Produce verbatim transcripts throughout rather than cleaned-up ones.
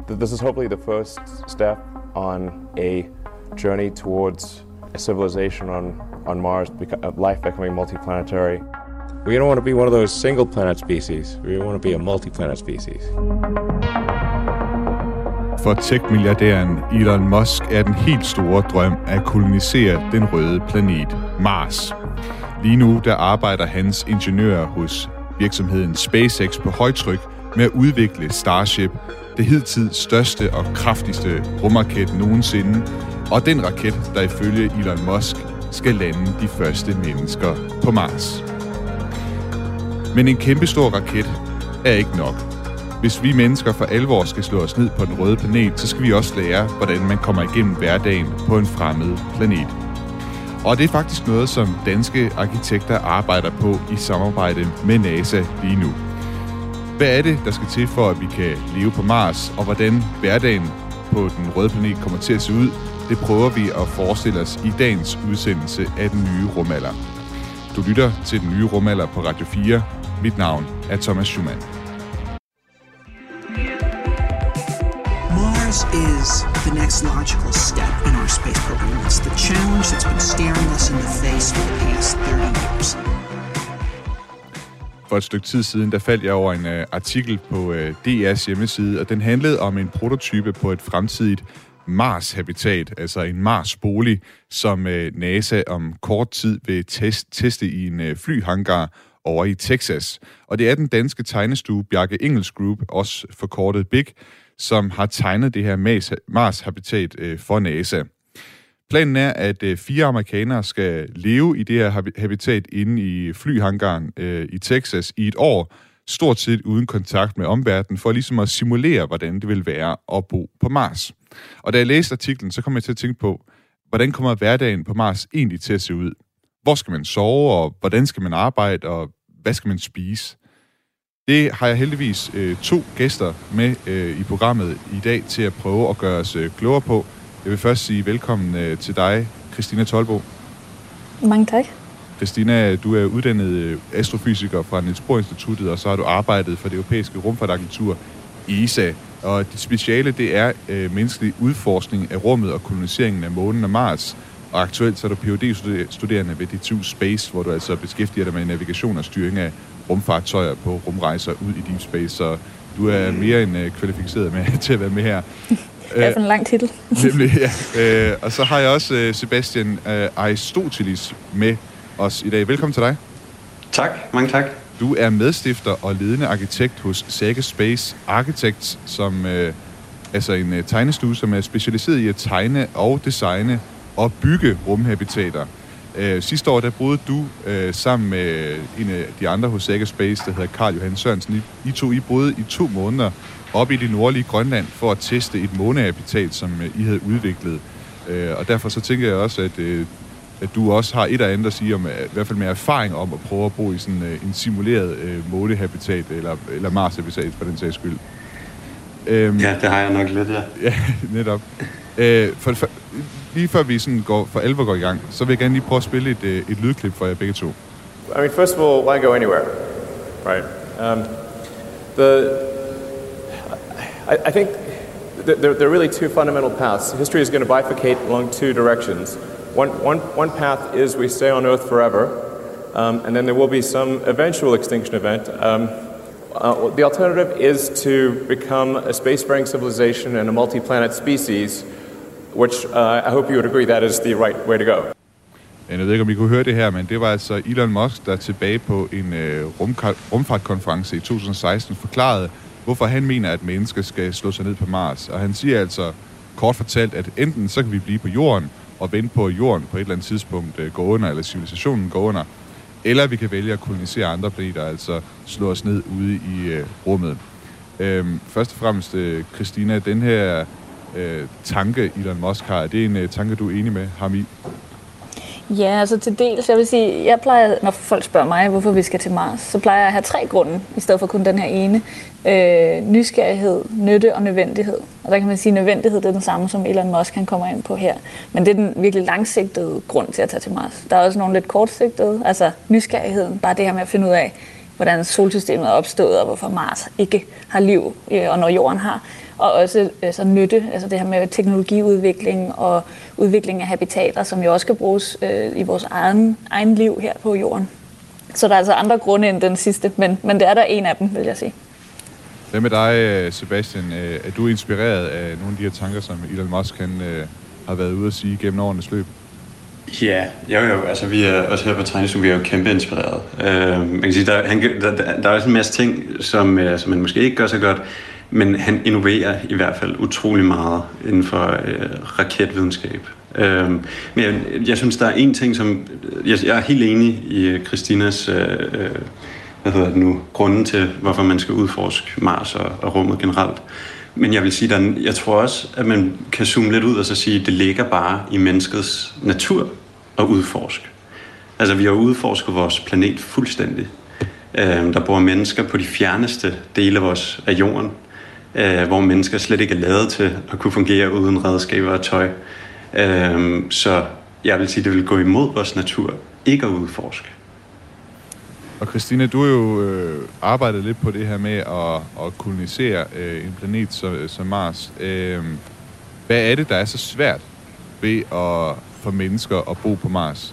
This is hopefully the first step on a journey towards a civilization on, on Mars, life becoming multiplanetary. We don't want to be one of those single planet species. We want to be a multi-planet species. For tech-milliardæren Elon Musk er den helt store drøm at kolonisere den røde planet Mars. Lige nu der arbejder hans ingeniører hos virksomheden SpaceX på højtryk med at udvikle Starship, det hidtil største og kraftigste rumraket nogensinde, og den raket, der ifølge Elon Musk skal lande de første mennesker på Mars. Men en kæmpestor raket er ikke nok. Hvis vi mennesker for alvor skal slå os ned på den røde planet, så skal vi også lære, hvordan man kommer igennem hverdagen på en fremmed planet. Og det er faktisk noget, som danske arkitekter arbejder på i samarbejde med NASA lige nu. Hvad er det, der skal til for, at vi kan leve på Mars, og hvordan hverdagen på den røde planet kommer til at se ud, det prøver vi at forestille os i dagens udsendelse af Den Nye Rumalder. Du lytter til Den Nye Rumalder på Radio fire. Mit navn er Thomas Schumann. Mars is the next logical step in our space program. It's the challenge that's been staring us in the face for the past thirty years. For et stykke tid siden, der faldt jeg over en uh, artikel på uh, D R's hjemmeside, og den handlede om en prototype på et fremtidigt Mars-habitat, altså en Mars-bolig, som uh, NASA om kort tid vil test- teste i en uh, flyhangar over i Texas. Og det er den danske tegnestue Bjarke Ingels Group, også forkortet BIG, som har tegnet det her Mars-habitat uh, for NASA. Planen er, at øh, fire amerikanere skal leve i det her habitat inde i flyhangaren øh, i Texas i et år, stort set uden kontakt med omverdenen, for ligesom at simulere, hvordan det vil være at bo på Mars. Og da jeg læste artiklen, så kom jeg til at tænke på, hvordan kommer hverdagen på Mars egentlig til at se ud? Hvor skal man sove, og hvordan skal man arbejde, og hvad skal man spise? Det har jeg heldigvis øh, to gæster med øh, i programmet i dag til at prøve at gøre os øh, klogere på. Jeg vil først sige velkommen øh, til dig, Christina Tolbo. Mange tak. Christina, du er uddannet astrofysiker fra Niels Bohr Instituttet, og så har du arbejdet for det europæiske rumfartagentur E S A. Og dit speciale, det er øh, menneskelig udforskning af rummet og koloniseringen af månen og Mars. Og aktuelt så er du P H D-studerende ved D T U Space, hvor du altså beskæftiger dig med navigation og styring af rumfartøjer på rumrejser ud i deep space. Så du er mere end øh, kvalificeret med til at være med her. Det er for en lang titel. Nemlig, ja. Øh, og så har jeg også øh, Sebastian øh, Aristoteles med os i dag. Velkommen til dig. Tak, mange tak. Du er medstifter og ledende arkitekt hos Saga Space Architects, som øh, altså en øh, tegnestue, som er specialiseret i at tegne og designe og bygge rumhabitater. Øh, sidste år, der boede du øh, sammen med en af de andre hos Saga Space, der hedder Karl Johan Sørensen. I, I to, I boede i to måneder op i det nordlige Grønland for at teste et månehabitat, som I havde udviklet. Og derfor så tænker jeg også, at, at du også har et eller andet at sige, om, i hvert fald med erfaring om at prøve at bo i sådan en simuleret månehabitat, eller, eller Mars-habitat for den sags skyld. Ja, det har jeg nok lidt, ja. Ja, netop. For, for, lige før vi sådan går, for alvor går i gang, så vil jeg gerne lige prøve at spille et, et lydklip for jer begge to. I mean, first of all, why go anywhere? Right. Um, the... I, I think th- there, there are really two fundamental paths. History is going to bifurcate along two directions. One, one, one path is we stay on Earth forever, um, and then there will be some eventual extinction event. Um, uh, the alternative is to become a spacefaring civilization and a multi-planet species, which uh, I hope you would agree that is the right way to go. Jeg ved ikke, om I kunne høre det her, men det var altså Elon Musk, der tilbage på en øh, rumfartkonference i to tusind og seksten forklarede, hvorfor han mener, at mennesker skal slå sig ned på Mars. Og han siger altså kort fortalt, at enten så kan vi blive på jorden og vente på, at jorden på et eller andet tidspunkt går under, eller civilisationen går under, eller vi kan vælge at kolonisere andre planeter, altså slå os ned ude i øh, rummet. Øhm, først og fremmest, øh, Christina, den her øh, tanke, Elon Musk har, er det en øh, tanke, du er enig med ham i? Ja, altså til dels. Jeg vil sige, jeg plejer, når folk spørger mig, hvorfor vi skal til Mars, så plejer jeg at have tre grunde, i stedet for kun den her ene. Øh, nysgerrighed, nytte og nødvendighed. Og der kan man sige, at nødvendighed det er den samme, som Elon Musk han kommer ind på her. Men det er den virkelig langsigtede grund til at tage til Mars. Der er også nogle lidt kortsigtede, altså nysgerrigheden, bare det her med at finde ud af, hvordan solsystemet er opstået, og hvorfor Mars ikke har liv, øh, og når Jorden har. Og også altså, nytte, altså det her med teknologiudvikling og udvikling af habitater, som jo også skal bruges øh, i vores egen, egen liv her på Jorden. Så der er altså andre grunde end den sidste, men, men det er der en af dem, vil jeg sige. Hvad med dig, Sebastian? Er du inspireret af nogle af de her tanker, som Elon Musk han, øh, har været ude at sige gennem årenes løb? Ja, jo jo, altså vi er også her på Tegnestuen, vi er jo kæmpe inspireret. Øh, man kan sige, der, han, der, der er også en masse ting, som, øh, som man måske ikke gør så godt, men han innoverer i hvert fald utrolig meget inden for øh, raketvidenskab. Øh, men jeg, jeg synes, der er en ting, som... Jeg, jeg er helt enig i Christinas... Øh, hvad hedder det nu, grunden til, hvorfor man skal udforske Mars og, og rummet generelt. Men jeg vil sige, der, jeg tror også, at man kan zoome lidt ud og så sige, at det ligger bare i menneskets natur at udforske. Altså, vi har udforsket vores planet fuldstændig. Øh, der bor mennesker på de fjerneste dele af, vores, af jorden, øh, hvor mennesker slet ikke er lavet til at kunne fungere uden redskaber og tøj. Øh, så jeg vil sige, at det vil gå imod vores natur ikke at udforske. Og Christina, du har jo øh, arbejdet lidt på det her med at, at kolonisere øh, en planet som, som Mars. Øh, hvad er det, der er så svært ved at få mennesker at bo på Mars?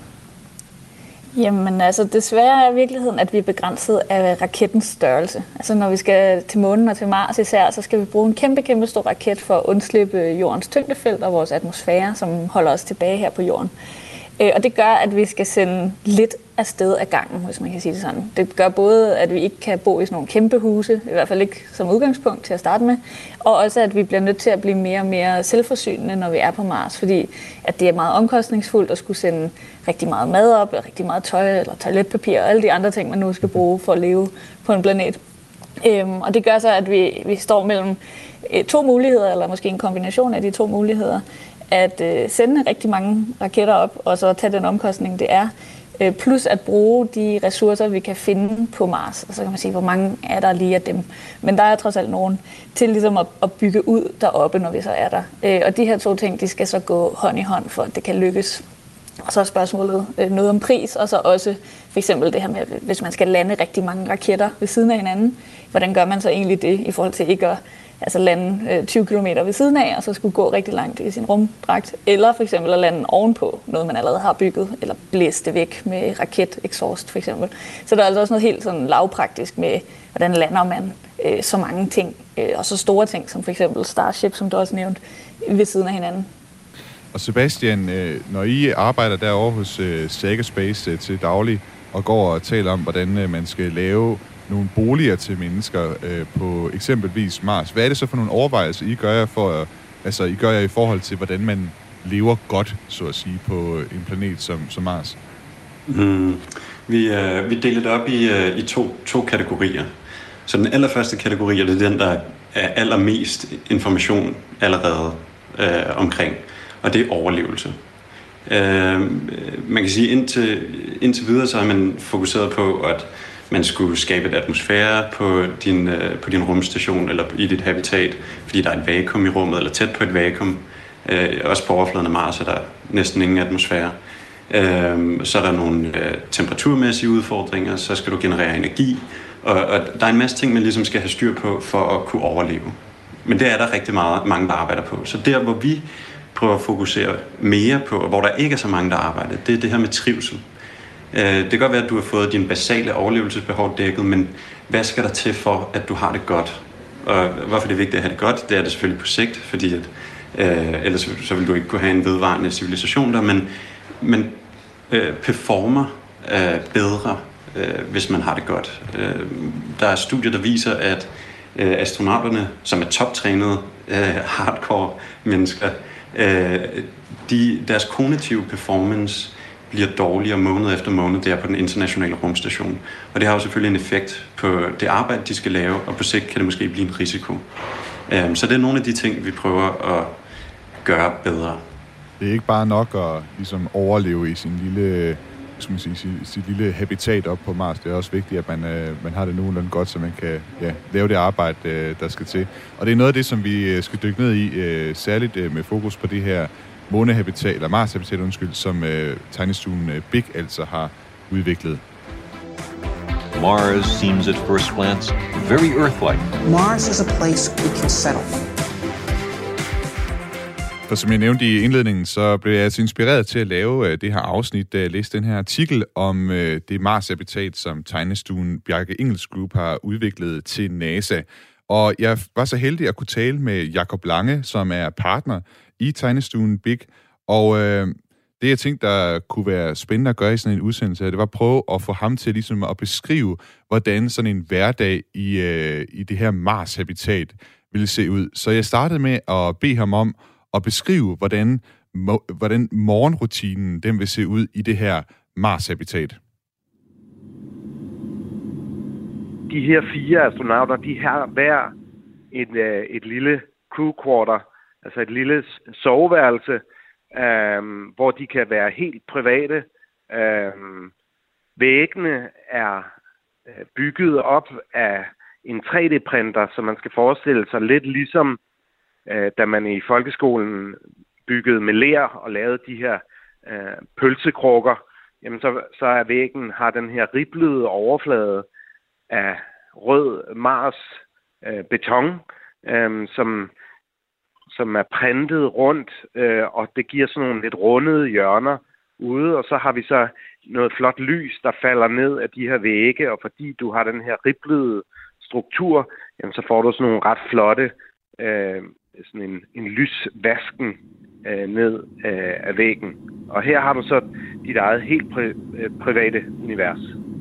Jamen altså, det svære er i virkeligheden, at vi er begrænset af rakettens størrelse. Altså når vi skal til månen og til Mars især, så skal vi bruge en kæmpe, kæmpe stor raket for at undslippe jordens tyngdefelt og vores atmosfære, som holder os tilbage her på jorden. Og det gør, at vi skal sende lidt afsted af gangen, hvis man kan sige det sådan. Det gør både, at vi ikke kan bo i sådan nogle kæmpe huse, i hvert fald ikke som udgangspunkt til at starte med, og også, at vi bliver nødt til at blive mere og mere selvforsynende, når vi er på Mars, fordi at det er meget omkostningsfuldt at skulle sende rigtig meget mad op, eller rigtig meget tøj, eller toiletpapir, og alle de andre ting, man nu skal bruge for at leve på en planet. Og det gør så, at vi, vi står mellem to muligheder, eller måske en kombination af de to muligheder, at øh, sende rigtig mange raketter op, og så tage den omkostning, det er, øh, plus at bruge de ressourcer, vi kan finde på Mars. Og så kan man sige, hvor mange er der lige af dem. Men der er trods alt nogen til ligesom at, at bygge ud deroppe, når vi så er der. Øh, og de her to ting, de skal så gå hånd i hånd, for at det kan lykkes. Og så er spørgsmålet øh, noget om pris, og så også for eksempel det her med, hvis man skal lande rigtig mange raketter ved siden af hinanden, hvordan gør man så egentlig det i forhold til ikke at altså lande øh, tyve kilometer ved siden af, og så skulle gå rigtig langt i sin rumdragt, eller for eksempel at lande ovenpå noget, man allerede har bygget, eller blæse det væk med raket-exhaust for eksempel. Så der er altså også noget helt sådan lavpraktisk med, hvordan lander man øh, så mange ting, øh, og så store ting, som for eksempel Starship, som du også nævnte, ved siden af hinanden. Og Sebastian, øh, når I arbejder derovre hos øh, Saga Space øh, til daglig, og går og taler om, hvordan øh, man skal lave nogle boliger til mennesker øh, på eksempelvis Mars. Hvad er det så for nogle overvejelser, I gør jer, for, altså, I gør jer i forhold til, hvordan man lever godt, så at sige, på en planet som, som Mars? Mm. Vi, øh, vi deler det op i, øh, i to, to kategorier. Så den allerførste kategori er det den, der er allermest information allerede øh, omkring, og det er overlevelse. Øh, man kan sige, indtil, indtil videre så har man fokuseret på, at man skulle skabe et atmosfære på din, øh, på din rumstation eller i dit habitat, fordi der er et vakuum i rummet, eller tæt på et vakuum. Øh, også på overfladen af Mars er der næsten ingen atmosfære. Øh, så er der nogle øh, temperaturmæssige udfordringer, så skal du generere energi, og, og der er en masse ting, man ligesom skal have styr på for at kunne overleve. Men det er der rigtig meget, mange, der arbejder på. Så der, hvor vi prøver at fokusere mere på, og hvor der ikke er så mange, der arbejder, det er det her med trivsel. Det kan godt være, at du har fået dine basale overlevelsesbehov dækket, men hvad skal der til for, at du har det godt? Og hvorfor det er vigtigt at have det godt, det er det selvfølgelig på sigt, fordi at, øh, ellers så vil du ikke kunne have en vedvarende civilisation der, men, men øh, performer øh, bedre, øh, hvis man har det godt. Øh, der er studier, der viser, at øh, astronauterne, som er toptrænede, øh, hardcore mennesker, øh, de, deres kognitive performance bliver dårligere måned efter måned der på den internationale rumstation. Og det har jo selvfølgelig en effekt på det arbejde, de skal lave, og på sigt kan det måske blive en risiko. Um, så det er nogle af de ting, vi prøver at gøre bedre. Det er ikke bare nok at ligesom overleve i sin lille, skal man sige, sit, sit lille habitat op på Mars. Det er også vigtigt, at man, øh, man har det nogenlunde godt, så man kan ja, lave det arbejde, øh, der skal til. Og det er noget af det, som vi skal dykke ned i, øh, særligt øh, med fokus på det her månehabitat, eller Mars-habitat, undskyld, som øh, tegnestuen øh, Big altså har udviklet. Mars seems at first glance very Earth-like. Mars is a place we can settle. For som jeg nævnte i indledningen, så blev jeg altså inspireret til at lave det her afsnit, da jeg læste den her artikel om det Mars-habitat, som tegnestuen Bjarke Ingels Group har udviklet til NASA. Og jeg var så heldig at kunne tale med Jakob Lange, som er partner i tegnestuen Big. Og øh, det, jeg tænkte, der kunne være spændende at gøre i sådan en udsendelse, det var at prøve at få ham til ligesom at beskrive, hvordan sådan en hverdag i, øh, i det her Mars-habitat ville se ud. Så jeg startede med at bede ham om at beskrive, hvordan, må, hvordan morgenrutinen den vil se ud i det her Mars-habitat. De her fire astronauter, de har hver et, et lille crew quarter, altså et lille soveværelse, øhm, hvor de kan være helt private. Øhm, væggene er bygget op af en tre D-printer, så man skal forestille sig lidt ligesom, øh, da man i folkeskolen byggede med ler og lavede de her øh, pølsekrukker. Jamen så, så er væggen, har den her riblede overflade af rød Mars øh, beton, øh, som, som er printet rundt, øh, og det giver sådan nogle lidt rundede hjørner ude, og så har vi så noget flot lys, der falder ned af de her vægge, og fordi du har den her riblede struktur, jamen, så får du sådan nogle ret flotte, øh, sådan en, en lysvasken øh, ned øh, af væggen. Og her har du så dit eget helt pri- øh, private univers.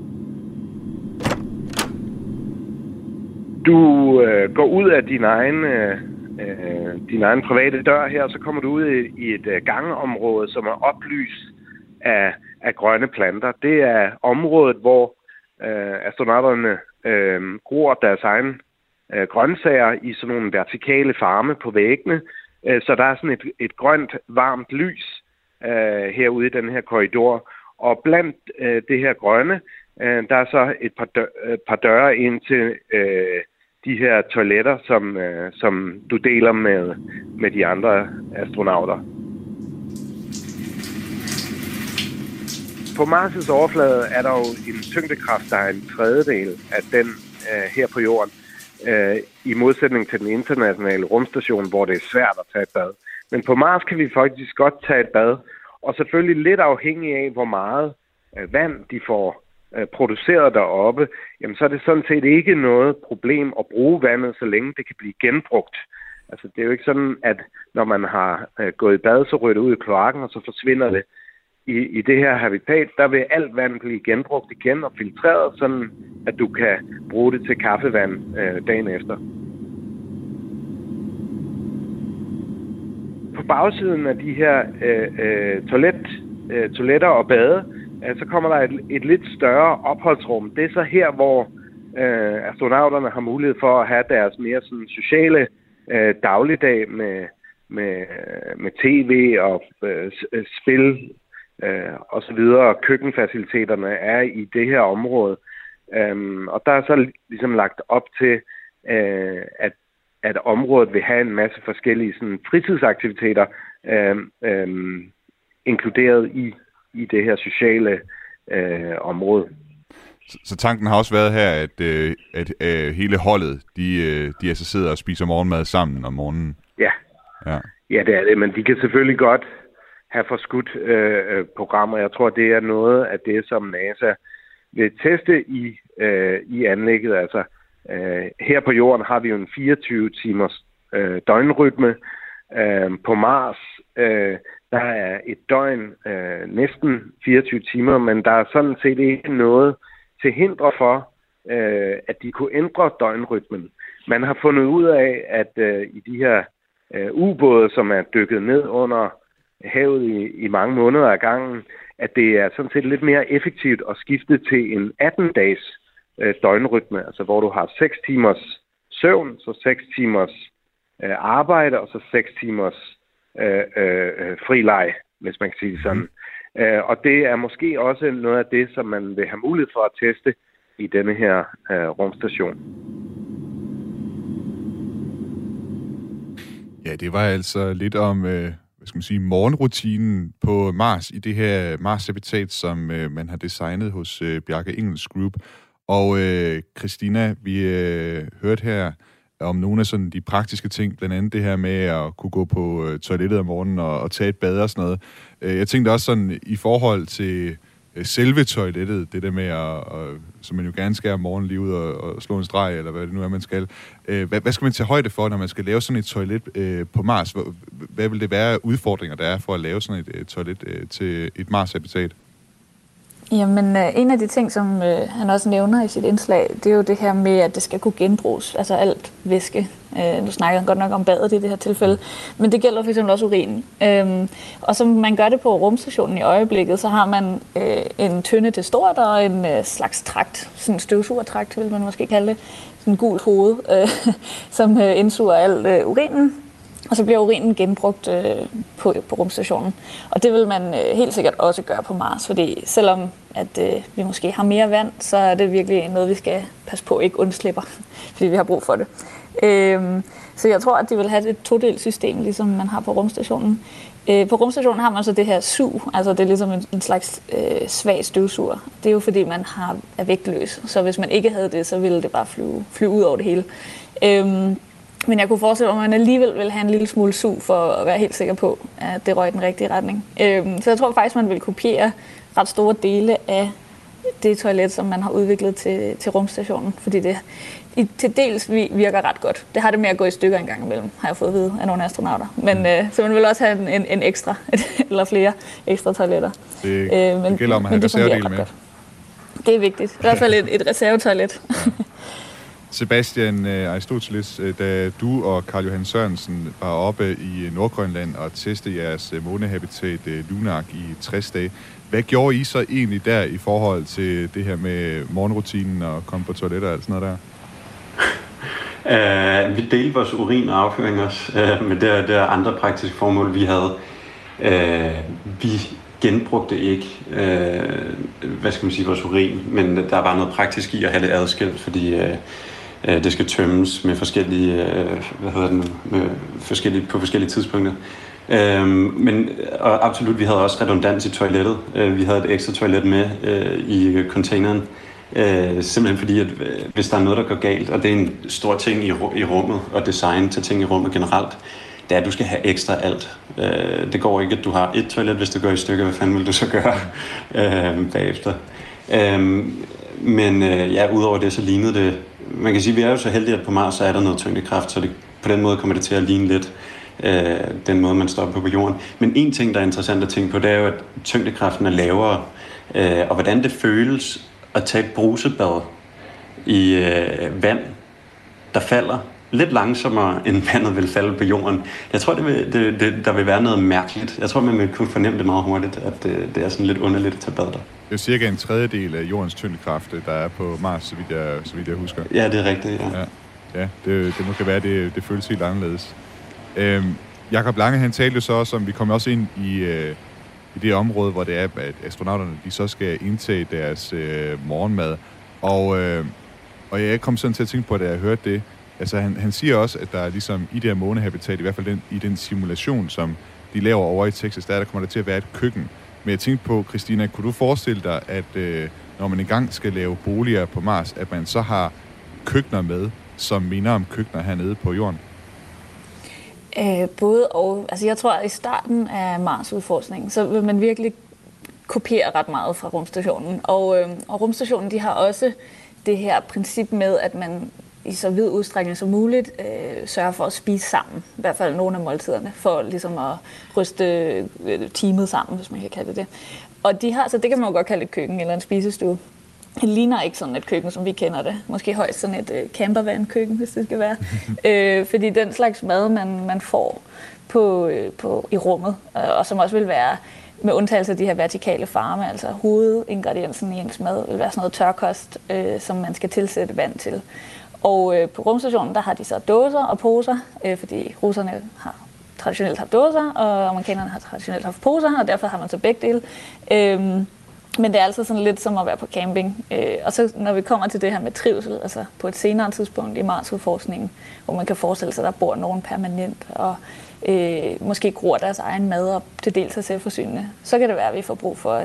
Du øh, går ud af din egen, øh, din egen private dør her, og så kommer du ud i, i et øh, gangområde, som er oplyst af, af grønne planter. Det er området, hvor øh, astronauterne øh, gror deres egen øh, grøntsager i sådan nogle vertikale farme på væggene. Øh, så der er sådan et, et grønt, varmt lys øh, herude i den her korridor. Og blandt øh, det her grønne, øh, der er så et par, dør, et par døre ind til øh, de her toiletter, som, øh, som du deler med, med de andre astronauter. På Mars' overflade er der jo en tyngdekraft, der er en tredjedel af den øh, her på jorden, øh, i modsætning til den internationale rumstation, hvor det er svært at tage et bad. Men på Mars kan vi faktisk godt tage et bad, og selvfølgelig lidt afhængig af, hvor meget øh, vand de får øh, produceret deroppe, jamen så er det sådan set ikke noget problem at bruge vandet, så længe det kan blive genbrugt. Altså det er jo ikke sådan, at når man har øh, gået i bad, så ryger det ud i kloakken, og så forsvinder det. I, I det her habitat, der vil alt vand blive genbrugt igen og filtreret, sådan at du kan bruge det til kaffevand øh, dagen efter. På bagsiden af de her øh, øh, toilet, øh, toiletter og bade, øh, så kommer der et, et lidt større opholdsrum. Det er så her, hvor øh, astronauterne har mulighed for at have deres mere sådan, sociale øh, dagligdag med, med, med tv og øh, spil, Øh, og så videre. Køkkenfaciliteterne er i det her område. Øhm, og der er så ligesom lagt op til, øh, at, at området vil have en masse forskellige sådan, fritidsaktiviteter øh, øh, inkluderet i, i det her sociale øh, område. Så, så tanken har også været her, at, øh, at øh, hele holdet, de, øh, de altså sidder og spiser morgenmad sammen om morgenen? Ja. Ja, ja det er det, men de kan selvfølgelig godt have forskudt øh, programmer. Jeg tror, det er noget af det, som NASA vil teste i, øh, i anlægget. Altså, øh, her på jorden har vi jo en fireogtyve timers øh, døgnrytme. Øh, på Mars, øh, der er et døgn øh, næsten fireogtyve timer, men der er sådan set ikke noget til hinder for, øh, at de kunne ændre døgnrytmen. Man har fundet ud af, at øh, i de her øh, ubåde, som er dykket ned under havet i, i mange måneder ad gangen, at det er sådan set lidt mere effektivt at skifte til en atten-dages øh, døgnrytme, altså hvor du har seks timers søvn, så seks timers øh, arbejde, og så seks timers øh, øh, frileg, hvis man kan sige det sådan. Mm. Øh, og det er måske også noget af det, som man vil have mulighed for at teste i denne her øh, rumstation. Ja, det var altså lidt om øh, hvad skal man sige, morgenrutinen på Mars i det her Mars-habitat, som øh, man har designet hos øh, Bjarke Ingels Group. Og øh, Christina, vi øh, hørte her om nogle af sådan de praktiske ting, blandt andet det her med at kunne gå på øh, toilettet om morgenen og, og tage et bad og sådan noget. Øh, jeg tænkte også sådan i forhold til øh, selve toilettet, det der med at, og, som man jo gerne skal om morgenen lige ud og, og slå en streg, eller hvad det nu er, man skal. Øh, hvad, hvad skal man tage højde for, når man skal lave sådan et toilet øh, på Mars? Hvad, hvad vil det være udfordringer, der er for at lave sådan et øh, toilet øh, til et Mars-habitat? Jamen, øh, en af de ting, som øh, han også nævner i sit indslag, det er jo det her med, at det skal kunne genbruges, altså alt væske. Øh, nu snakker han godt nok om badet i det her tilfælde, men det gælder for eksempel også urinen. Øhm, og som man gør det på rumstationen i øjeblikket, så har man øh, en tønde til stort og en øh, slags trakt, sådan en støvsugertrakt, vil man måske kalde det, sådan en gul hoved, øh, som øh, indsuger alt øh, urinen. Og så bliver urinen genbrugt øh, på, på rumstationen. Og det vil man øh, helt sikkert også gøre på Mars, fordi selvom at, øh, vi måske har mere vand, så er det virkelig noget, vi skal passe på ikke undslipper, fordi vi har brug for det. Øhm, så jeg tror, at de vil have et todelt system, ligesom man har på rumstationen. Øh, på rumstationen har man så det her sug, altså det er ligesom en, en slags øh, svag støvsuger. Det er jo fordi, man har, er vægtløs, så hvis man ikke havde det, så ville det bare flyve, flyve ud over det hele. Øhm, Men jeg kunne forestille mig, at man alligevel vil have en lille smule sug for at være helt sikker på, at det røg i den rigtige retning. Så jeg tror faktisk, man vil kopiere ret store dele af det toilet, som man har udviklet til, til rumstationen, fordi det i, til dels virker ret godt. Det har det med at gå i stykker en gang imellem, har jeg fået at vide af nogle astronauter. Men mm. øh, så man vil også have en, en, en ekstra, eller flere ekstra toiletter. Det, øh, men, det gælder om at have reservedele med. Godt. Det er vigtigt. I hvert fald et, et reservetoilet. Ja. Sebastian Aristoteles, da du og Carl Johan Sørensen var oppe i Nordgrønland og testede jeres månehabitat Lunark i tres dage, hvad gjorde I så egentlig der i forhold til det her med morgenrutinen og komme på toiletter og sådan noget der? Uh, vi delte vores urin og afføring også, uh, men det er, det er andre praktiske formål, vi havde. Uh, vi genbrugte ikke, uh, hvad skal man sige, vores urin, men der var noget praktisk i at have det adskilt, fordi uh, det skal tømmes med forskellige, hvad hedder det nu, med forskellige, på forskellige tidspunkter. Øhm, men og absolut, vi havde også redundans i toilettet. Øh, vi havde et ekstra toilet med øh, i containeren. Øh, simpelthen fordi, at øh, hvis der er noget, der går galt, og det er en stor ting i, i rummet, og design til ting i rummet generelt, det er, at du skal have ekstra alt. Øh, det går ikke, at du har et toilet, hvis det går i stykker. Hvad fanden vil du så gøre øh, bagefter? Øh, men øh, ja, udover det, så lignede det. Man kan sige, at vi er jo så heldige, at på Mars så er der noget tyngdekraft, så det, på den måde kommer det til at ligne lidt øh, den måde, man står på på jorden. Men en ting, der er interessant at tænke på, det er jo, at tyngdekraften er lavere, øh, og hvordan det føles at tage et brusebad i øh, vand, der falder lidt langsommere, end vandet vil falde på jorden. Jeg tror, det vil, det, det, der vil være noget mærkeligt. Jeg tror, man vil kunne fornemme det meget hurtigt, at det, det er sådan lidt underligt at tage bad der. Det er cirka en tredjedel af jordens tyngdekraft, der er på Mars, så vidt jeg, så vidt jeg husker. Ja, det er rigtigt, ja. Ja, ja det, det må kan være, det, det føles helt anderledes. Øhm, Jakob Lange, han talte jo så også om, vi kommer også ind i, øh, i det område, hvor det er, at astronauterne de så skal indtage deres øh, morgenmad. Og, øh, og jeg kom sådan til at tænke på, da jeg hørte det. Altså, han, han siger også, at der er ligesom i det her månehabitat, i hvert fald den, i den simulation, som de laver over i Texas, der, der kommer der til at være et køkken. Men jeg tænkte på, Christina, kunne du forestille dig, at øh, når man engang skal lave boliger på Mars, at man så har køkkener med, som minder om køkkener hernede på jorden? Øh, både og. Altså, jeg tror, at i starten af Mars-udforskningen, så vil man virkelig kopiere ret meget fra rumstationen. Og, øh, og rumstationen, de har også det her princip med, at man i så vid udstrækning som muligt øh, sørger for at spise sammen. I hvert fald nogle af måltiderne, for ligesom at ryste øh, teamet sammen, hvis man kan kalde det. Og de har, så det kan man jo godt kalde et køkken eller en spisestue. Det ligner ikke sådan et køkken, som vi kender det. Måske højst sådan et øh, campervan-køkken, hvis det skal være. øh, fordi den slags mad, man, man får på, øh, på, i rummet, øh, og som også vil være med undtagelse af de her vertikale farme, altså hovedingrediensen i ens mad, vil være sådan noget tørkost, øh, som man skal tilsætte vand til. Og øh, på rumstationen, der har de så dåser og poser, øh, fordi russerne har traditionelt haft dåser, og amerikanerne har traditionelt haft poser, og derfor har man så begge dele. Øhm, men det er altså sådan lidt som at være på camping. Øh, og så når vi kommer til det her med trivsel, altså på et senere tidspunkt i Mars-udforskningen, hvor man kan forestille sig, at der bor nogen permanent, og øh, måske gror deres egen mad op til dels af selvforsynende, så kan det være, at vi får brug for et,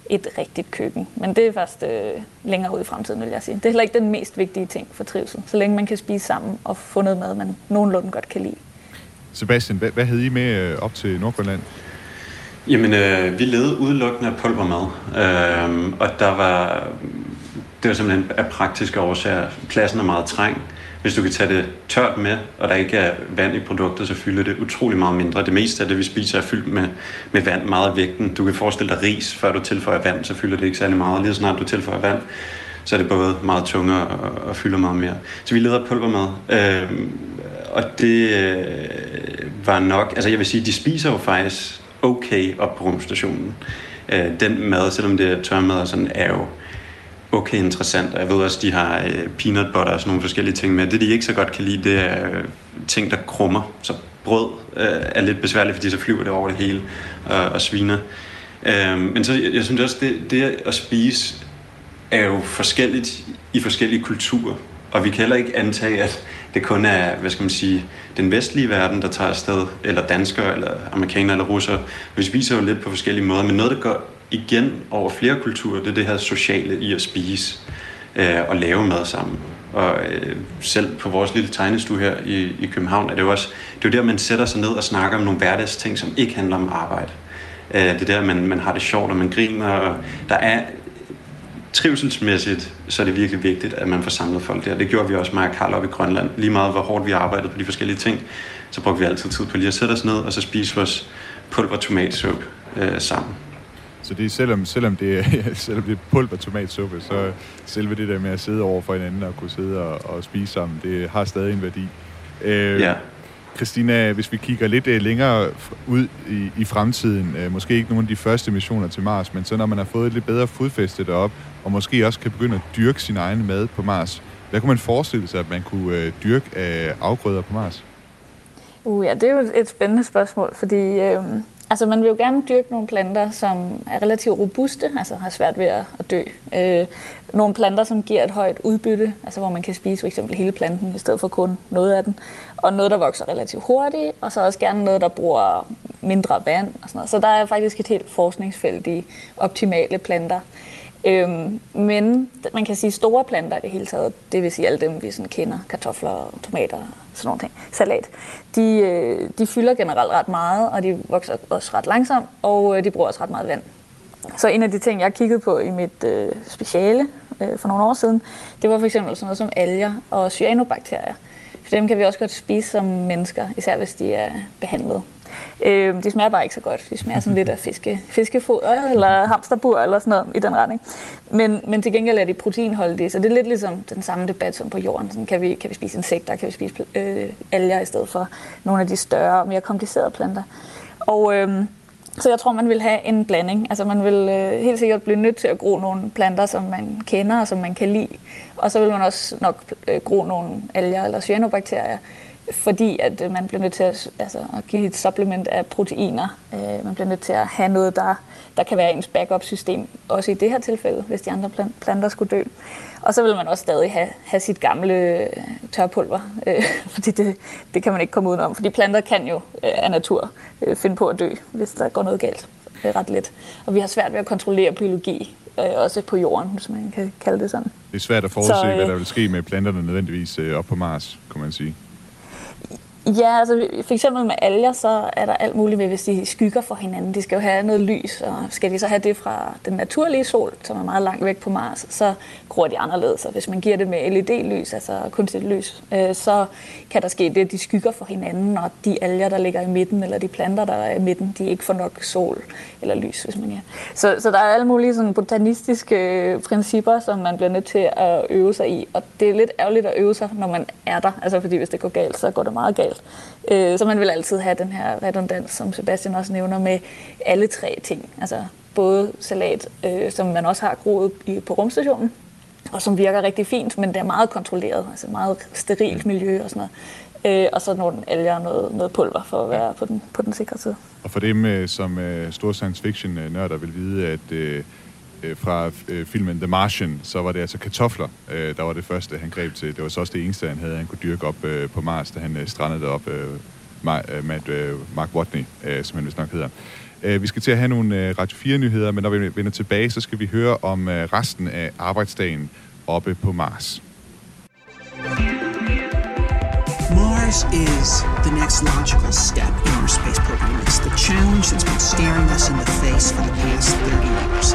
et rigtigt køkken. Men det er først øh, længere ud i fremtiden, vil jeg sige. Det er heller ikke den mest vigtige ting for trivsel, så længe man kan spise sammen og få noget mad, man nogenlunde godt kan lide. Sebastian, hvad, hvad havde I med op til Nordgrønland? Jamen, øh, vi levede udelukkende af pulvermad, øh, og der var, det var simpelthen af praktiske årsager. Pladsen er meget trang. Hvis du kan tage det tørt med, og der ikke er vand i produktet, så fylder det utrolig meget mindre. Det meste af det, vi spiser, er fyldt med, med vand, meget af vægten. Du kan forestille dig ris, før du tilføjer vand, så fylder det ikke særlig meget. Lige så snart du tilføjer vand, så er det både meget tungere og, og fylder meget mere. Så vi leder pulvermad, øh, og det øh, var nok... Altså jeg vil sige, de spiser jo faktisk okay op på rumstationen. Øh, den mad, selvom det er tørmad og sådan, er jo okay interessant. Jeg ved også, de har øh, peanut butter og sådan nogle forskellige ting med. Det, de ikke så godt kan lide, det er øh, ting, der krummer. Så brød øh, er lidt besværligt, fordi så flyver det over det hele og, og sviner. Øh, men så, jeg, jeg synes også, det, det at spise er jo forskelligt i forskellige kulturer. Og vi kan heller ikke antage, at det kun er, hvad skal man sige, den vestlige verden, der tager afsted, eller danskere, eller amerikanere, eller russere. Vi spiser jo lidt på forskellige måder, men noget, der går igen over flere kulturer, det er det her sociale i at spise øh, og lave mad sammen. Og øh, selv på vores lille tegnestue her i, i København, er det jo også, det er jo der, man sætter sig ned og snakker om nogle hverdagsting, som ikke handler om arbejde. Øh, det er der, man, man har det sjovt, og man griner, og der er trivselsmæssigt, så er det virkelig vigtigt, at man får samlet folk der. Det gjorde vi også, mig og Karl, op i Grønland. Lige meget, hvor hårdt vi arbejdede på de forskellige ting, så brugte vi altid tid på lige at sætte os ned, og så spise vores pulver-tomatsuppe øh, sammen. Så det er, selvom, selvom det er, selvom det er pulver-tomatsuppe, så selve det der med at sidde over for hinanden og kunne sidde og, og spise sammen, det har stadig en værdi. Øh, ja. Christina, hvis vi kigger lidt længere ud i, i fremtiden, øh, måske ikke nogle af de første missioner til Mars, men så når man har fået et lidt bedre fodfæste derop, og måske også kan begynde at dyrke sin egen mad på Mars, hvad kunne man forestille sig, at man kunne øh, dyrke af afgrøder på Mars? Uh, ja, det er jo et spændende spørgsmål, fordi øh, altså man vil jo gerne dyrke nogle planter, som er relativt robuste, altså har svært ved at, at dø. Øh, nogle planter, som giver et højt udbytte, altså hvor man kan spise for eksempel hele planten, i stedet for kun noget af den. Og noget, der vokser relativt hurtigt, og så også gerne noget, der bruger mindre vand og sådan noget. Så der er faktisk et helt forskningsfelt i optimale planter. Øhm, men man kan sige store planter i det hele taget, det vil sige alle dem, vi sådan kender, kartofler, tomater, sådan nogle ting, salat, de, øh, de fylder generelt ret meget, og de vokser også ret langsomt, og øh, de bruger også ret meget vand. Så en af de ting, jeg kiggede på i mit øh, speciale øh, for nogle år siden, det var for eksempel sådan noget som alger og cyanobakterier. For dem kan vi også godt spise som mennesker, især hvis de er behandlet. Øh, de smager bare ikke så godt. De smager sådan lidt af fiske, fiskefoder eller hamsterbur eller sådan noget i den retning. Men, men til gengæld er de proteinholdige, så det er lidt ligesom den samme debat som på jorden. Sådan, kan, vi, kan vi spise insekter, kan vi spise øh, alger i stedet for nogle af de større, mere komplicerede planter. Og øh, så jeg tror, man vil have en blanding. Altså man vil øh, helt sikkert blive nødt til at gro nogle planter, som man kender og som man kan lide. Og så vil man også nok øh, gro nogle alger eller cyanobakterier, fordi at øh, man bliver nødt til at, altså, at give et supplement af proteiner. Øh, man bliver nødt til at have noget, der, der kan være ens backup-system, også i det her tilfælde, hvis de andre planter skulle dø. Og så vil man også stadig have, have sit gamle tørpulver, øh, fordi det, det kan man ikke komme udenom. Fordi planter kan jo øh, af natur øh, finde på at dø, hvis der går noget galt. Det er ret let. Og vi har svært ved at kontrollere biologi, øh, også på jorden, hvis man kan kalde det sådan. Det er svært at forudse, så, øh, hvad der vil ske med planterne nødvendigvis øh, op på Mars, kan man sige. Ja, altså for eksempel med alger, så er der alt muligt med, hvis de skygger for hinanden. De skal jo have noget lys, og skal de så have det fra den naturlige sol, som er meget langt væk på Mars, så gror de anderledes. Og hvis man giver det med L E D-lys, altså kunstigt lys, øh, så kan der ske det, at de skygger for hinanden, og de alger, der ligger i midten, eller de planter, der er i midten, de ikke får nok sol eller lys, hvis man er. Så, så der er alle mulige sådan botanistiske principper, som man bliver nødt til at øve sig i, og det er lidt ærgerligt at øve sig, når man er der, altså fordi hvis det går galt, så går det meget galt. Så man vil altid have den her redundans, som Sebastian også nævner, med alle tre ting. Altså både salat, øh, som man også har groet i, på rumstationen, og som virker rigtig fint, men det er meget kontrolleret, altså meget sterilt miljø og sådan noget. Øh, og så nogle alger og noget, noget pulver for at være på den, på den sikre side. Og for dem, som øh, store science fiction-nørder vil vide, at øh, fra øh, filmen The Martian, så var det altså kartofler, øh, der var det første, han greb til. Det var så også det eneste, han havde, han kunne dyrke op øh, på Mars, da han øh, strandede op, øh, Matt, øh, Mark Watney, øh, som han vist nok hedder. Uh, vi skal til at have nogle uh, Radio fire-nyheder, men når vi vender tilbage, så skal vi høre om uh, resten af arbejdsdagen oppe på Mars. Mars is the next logical step in our space program. It's the challenge that's been staring us in the face for the past thirty years.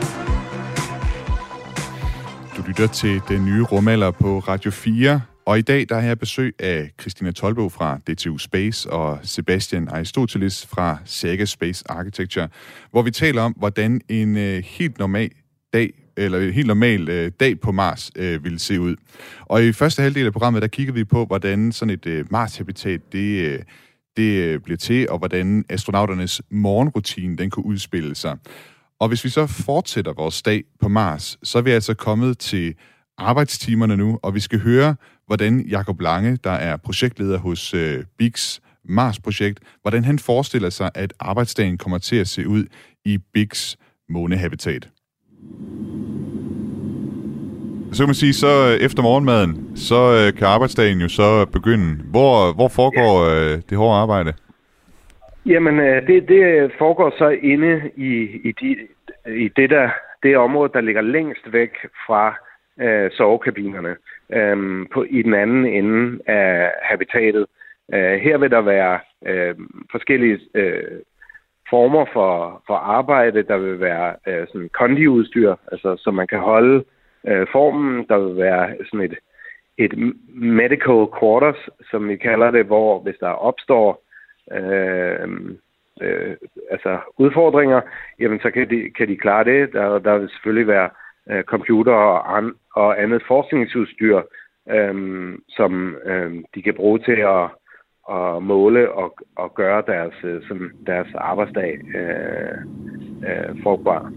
Du lytter til Den Nye Rumalder på Radio fire, og i dag der har jeg besøg af Christina Tolbo fra D T U Space og Sebastian Aristoteles fra Saga Space Architecture, hvor vi taler om, hvordan en øh, helt normal dag eller en helt normal øh, dag på Mars øh, ville se ud. Og i første halvdel af programmet, der kigger vi på, hvordan sådan et øh, Mars-habitat, det, øh, det øh, bliver til, og hvordan astronauternes morgenrutine, den kunne udspille sig. Og hvis vi så fortsætter vores dag på Mars, så er vi altså kommet til arbejdstimerne nu, og vi skal høre, hvordan Jakob Lange, der er projektleder hos øh, Biggs Mars-projekt, hvordan han forestiller sig, at arbejdsdagen kommer til at se ud i Biggs månehabitat. Så kan man sige, så efter morgenmaden, så kan arbejdsdagen jo så begynde. Hvor, hvor foregår ja. det hårde arbejde? Jamen, det, det foregår så inde i, i, de, i det, der, det område, der ligger længst væk fra øh, sovekabinerne, øh, på, i den anden ende af habitatet. Øh, her vil der være øh, forskellige øh, former for, for arbejde. Der vil være øh, sådan kondiudstyr, altså, så man kan holde øh, formen. Der vil være sådan et, et medical quarters, som vi kalder det, hvor hvis der opstår øh, øh, altså udfordringer, jamen så kan de, kan de klare det. Der, der vil selvfølgelig være øh, computer og, an, og andet forskningsudstyr, øh, som øh, de kan bruge til at og måle og, og gøre deres, sådan, deres arbejdsdag øh, øh, frugtbar.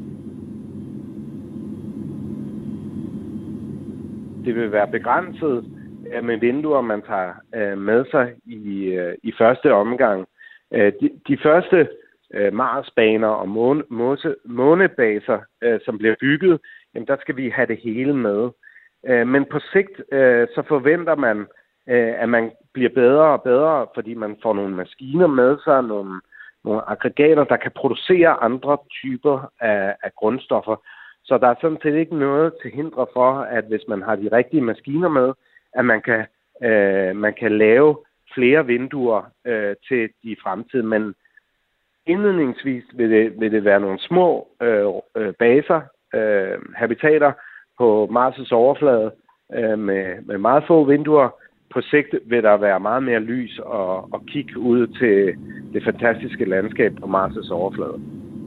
Det vil være begrænset øh, med vinduer, man tager øh, med sig i, øh, i første omgang. Øh, de, de første øh, Marsbaner og måne, måse, månebaser, øh, som bliver bygget, jamen, der skal vi have det hele med. Øh, men på sigt, øh, så forventer man, at man bliver bedre og bedre, fordi man får nogle maskiner med sig, nogle, nogle aggregater, der kan producere andre typer af, af grundstoffer. Så der er sådan set ikke noget til hindre for, at hvis man har de rigtige maskiner med, at man kan, øh, man kan lave flere vinduer øh, til de fremtiden. Men indledningsvis vil det, vil det være nogle små øh, baser, øh, habitater på Mars' overflade øh, med, med meget få vinduer. På sigt vil der være meget mere lys og, og kigge ud til det fantastiske landskab på Mars' overflade.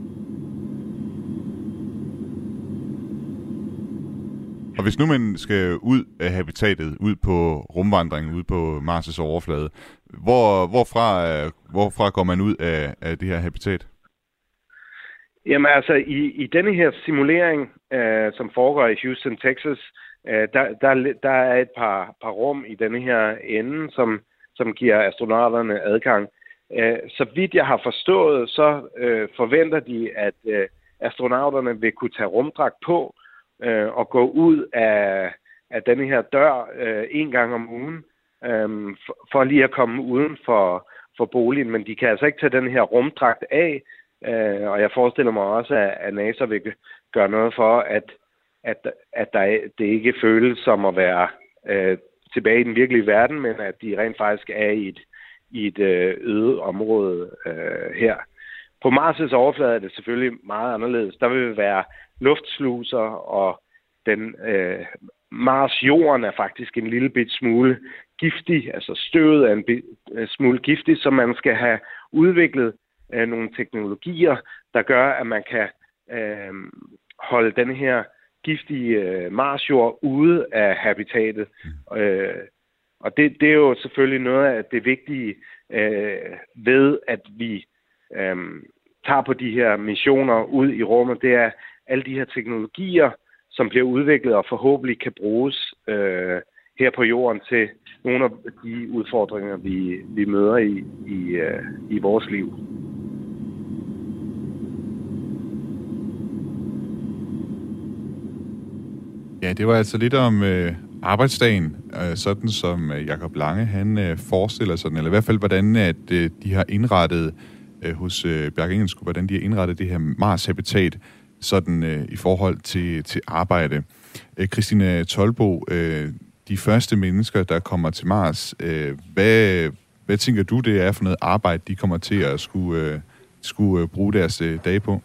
Og hvis nu man skal ud af habitatet, ud på rumvandringen, ud på Mars' overflade, hvor, hvorfra, hvorfra går man ud af, af det her habitat? Jamen altså, i, i denne her simulering, øh, som foregår i Houston, Texas, øh, der, der, der er et par, par rum i denne her ende, som, som giver astronauterne adgang. Øh, så vidt jeg har forstået, så øh, forventer de, at øh, astronauterne vil kunne tage rumdragt på øh, og gå ud af, af denne her dør øh, en gang om ugen, øh, for, for lige at komme uden for, for boligen. Men de kan altså ikke tage den her rumdragt af. Uh, og jeg forestiller mig også, at, at NASA vil gøre noget for, at, at, at der, det ikke føles som at være uh, tilbage i den virkelige verden, men at de rent faktisk er i et, i et uh, øde område uh, her. På Mars' overflade er det selvfølgelig meget anderledes. Der vil være luftsluser, og den uh, Mars-jorden er faktisk en lille bit smule giftig, altså støvet er en bit smule giftig, som man skal have udviklet nogle teknologier, der gør, at man kan øh, holde den her giftige øh, Marsjord ude af habitatet. Øh, og det, det er jo selvfølgelig noget af det vigtige øh, ved, at vi øh, tager på de her missioner ud i rummet. Det er alle de her teknologier, som bliver udviklet og forhåbentlig kan bruges øh, her på jorden til nogle af de udfordringer, vi, vi møder i, i, øh, i vores liv. Ja, det var altså lidt om øh, arbejdsdagen, øh, sådan som øh, Jakob Lange han øh, forestiller sig den, eller i hvert fald hvordan at øh, de har indrettet øh, hos øh, Bjarke Ingels, hvordan de har indrettet det her Mars-habitat sådan øh, i forhold til, til arbejde. Øh, Christina Tolbo, øh, de første mennesker, der kommer til Mars, øh, hvad, hvad tænker du, det er for noget arbejde, de kommer til at skulle, øh, skulle øh, bruge deres øh, dage på?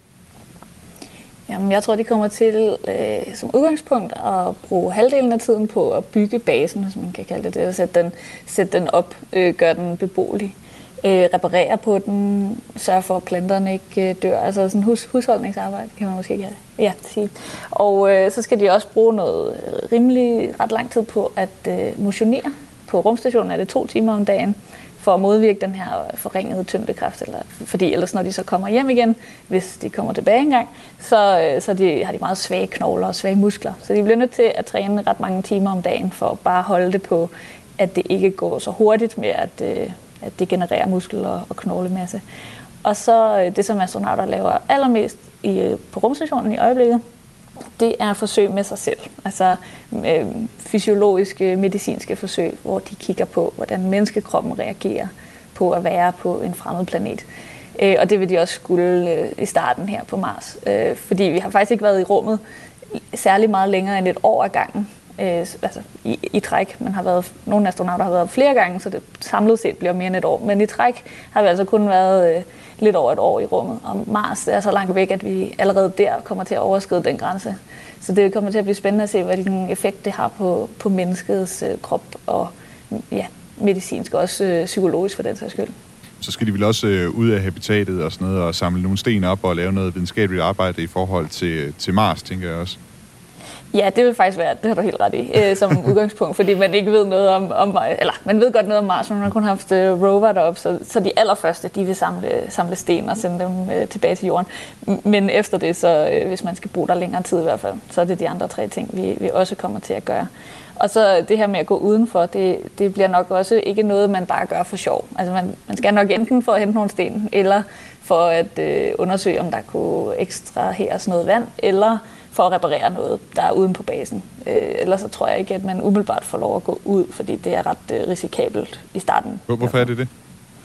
Jamen, jeg tror, de kommer til øh, som udgangspunkt at bruge halvdelen af tiden på at bygge basen, hvis man kan kalde det det, og sætte den, sætte den op, øh, gøre den beboelig, øh, reparere på den, sørge for, at planterne ikke øh, dør. Altså sådan hus, husholdningsarbejde, kan man måske kalde det. Ja, sige. Og øh, så skal de også bruge noget rimelig ret lang tid på at øh, motionere. På rumstationen er det to timer om dagen, for at modvirke den her forringede tyngdekraft, eller fordi ellers når de så kommer hjem igen, hvis de kommer tilbage engang, så, så de, har de meget svage knogler og svage muskler. Så de bliver nødt til at træne ret mange timer om dagen, for at bare holde det på, at det ikke går så hurtigt med at, at det genererer muskel- og knoglemasse. Og så det, som astronauter laver allermest i, på rumstationen i øjeblikket, det er forsøg med sig selv. Altså øh, fysiologiske, medicinske forsøg, hvor de kigger på, hvordan menneskekroppen reagerer på at være på en fremmed planet. Øh, og det vil de også skulle øh, i starten her på Mars. Øh, fordi vi har faktisk ikke været i rummet særlig meget længere end et år ad gangen. Øh, altså i, i træk. Man har været, nogle astronauter har været flere gange, så det samlet set bliver mere end et år. Men i træk har vi altså kun været øh, lidt over et år i rummet. Og Mars er så langt væk, at vi allerede der kommer til at overskride den grænse. Så det kommer til at blive spændende at se, hvilken effekt det har på, på menneskets øh, krop og ja, medicinsk og også øh, psykologisk for den sags skyld. Så skal de vel også øh, ud af habitatet og sådan noget og samle nogle sten op og lave noget videnskabeligt arbejde i forhold til, til Mars, tænker jeg også. Ja, det vil faktisk være, det har du helt ret i, øh, som udgangspunkt, fordi man ikke ved noget om, om, eller man ved godt noget om Mars, men man har kun haft øh, rover deroppe, så, så de allerførste, de vil samle, samle sten og sende dem øh, tilbage til jorden. Men efter det, så øh, hvis man skal bruge der længere tid i hvert fald, så er det de andre tre ting, vi, vi også kommer til at gøre. Og så det her med at gå udenfor, det, det bliver nok også ikke noget, man bare gør for sjov. Altså man, man skal nok enten for at hente nogle sten, eller for at øh, undersøge, om der kunne ekstraheres noget vand, eller for at reparere noget, der er uden på basen. Øh, ellers så tror jeg ikke, at man umiddelbart får lov at gå ud, fordi det er ret øh, risikabelt i starten. Hvorfor er det det?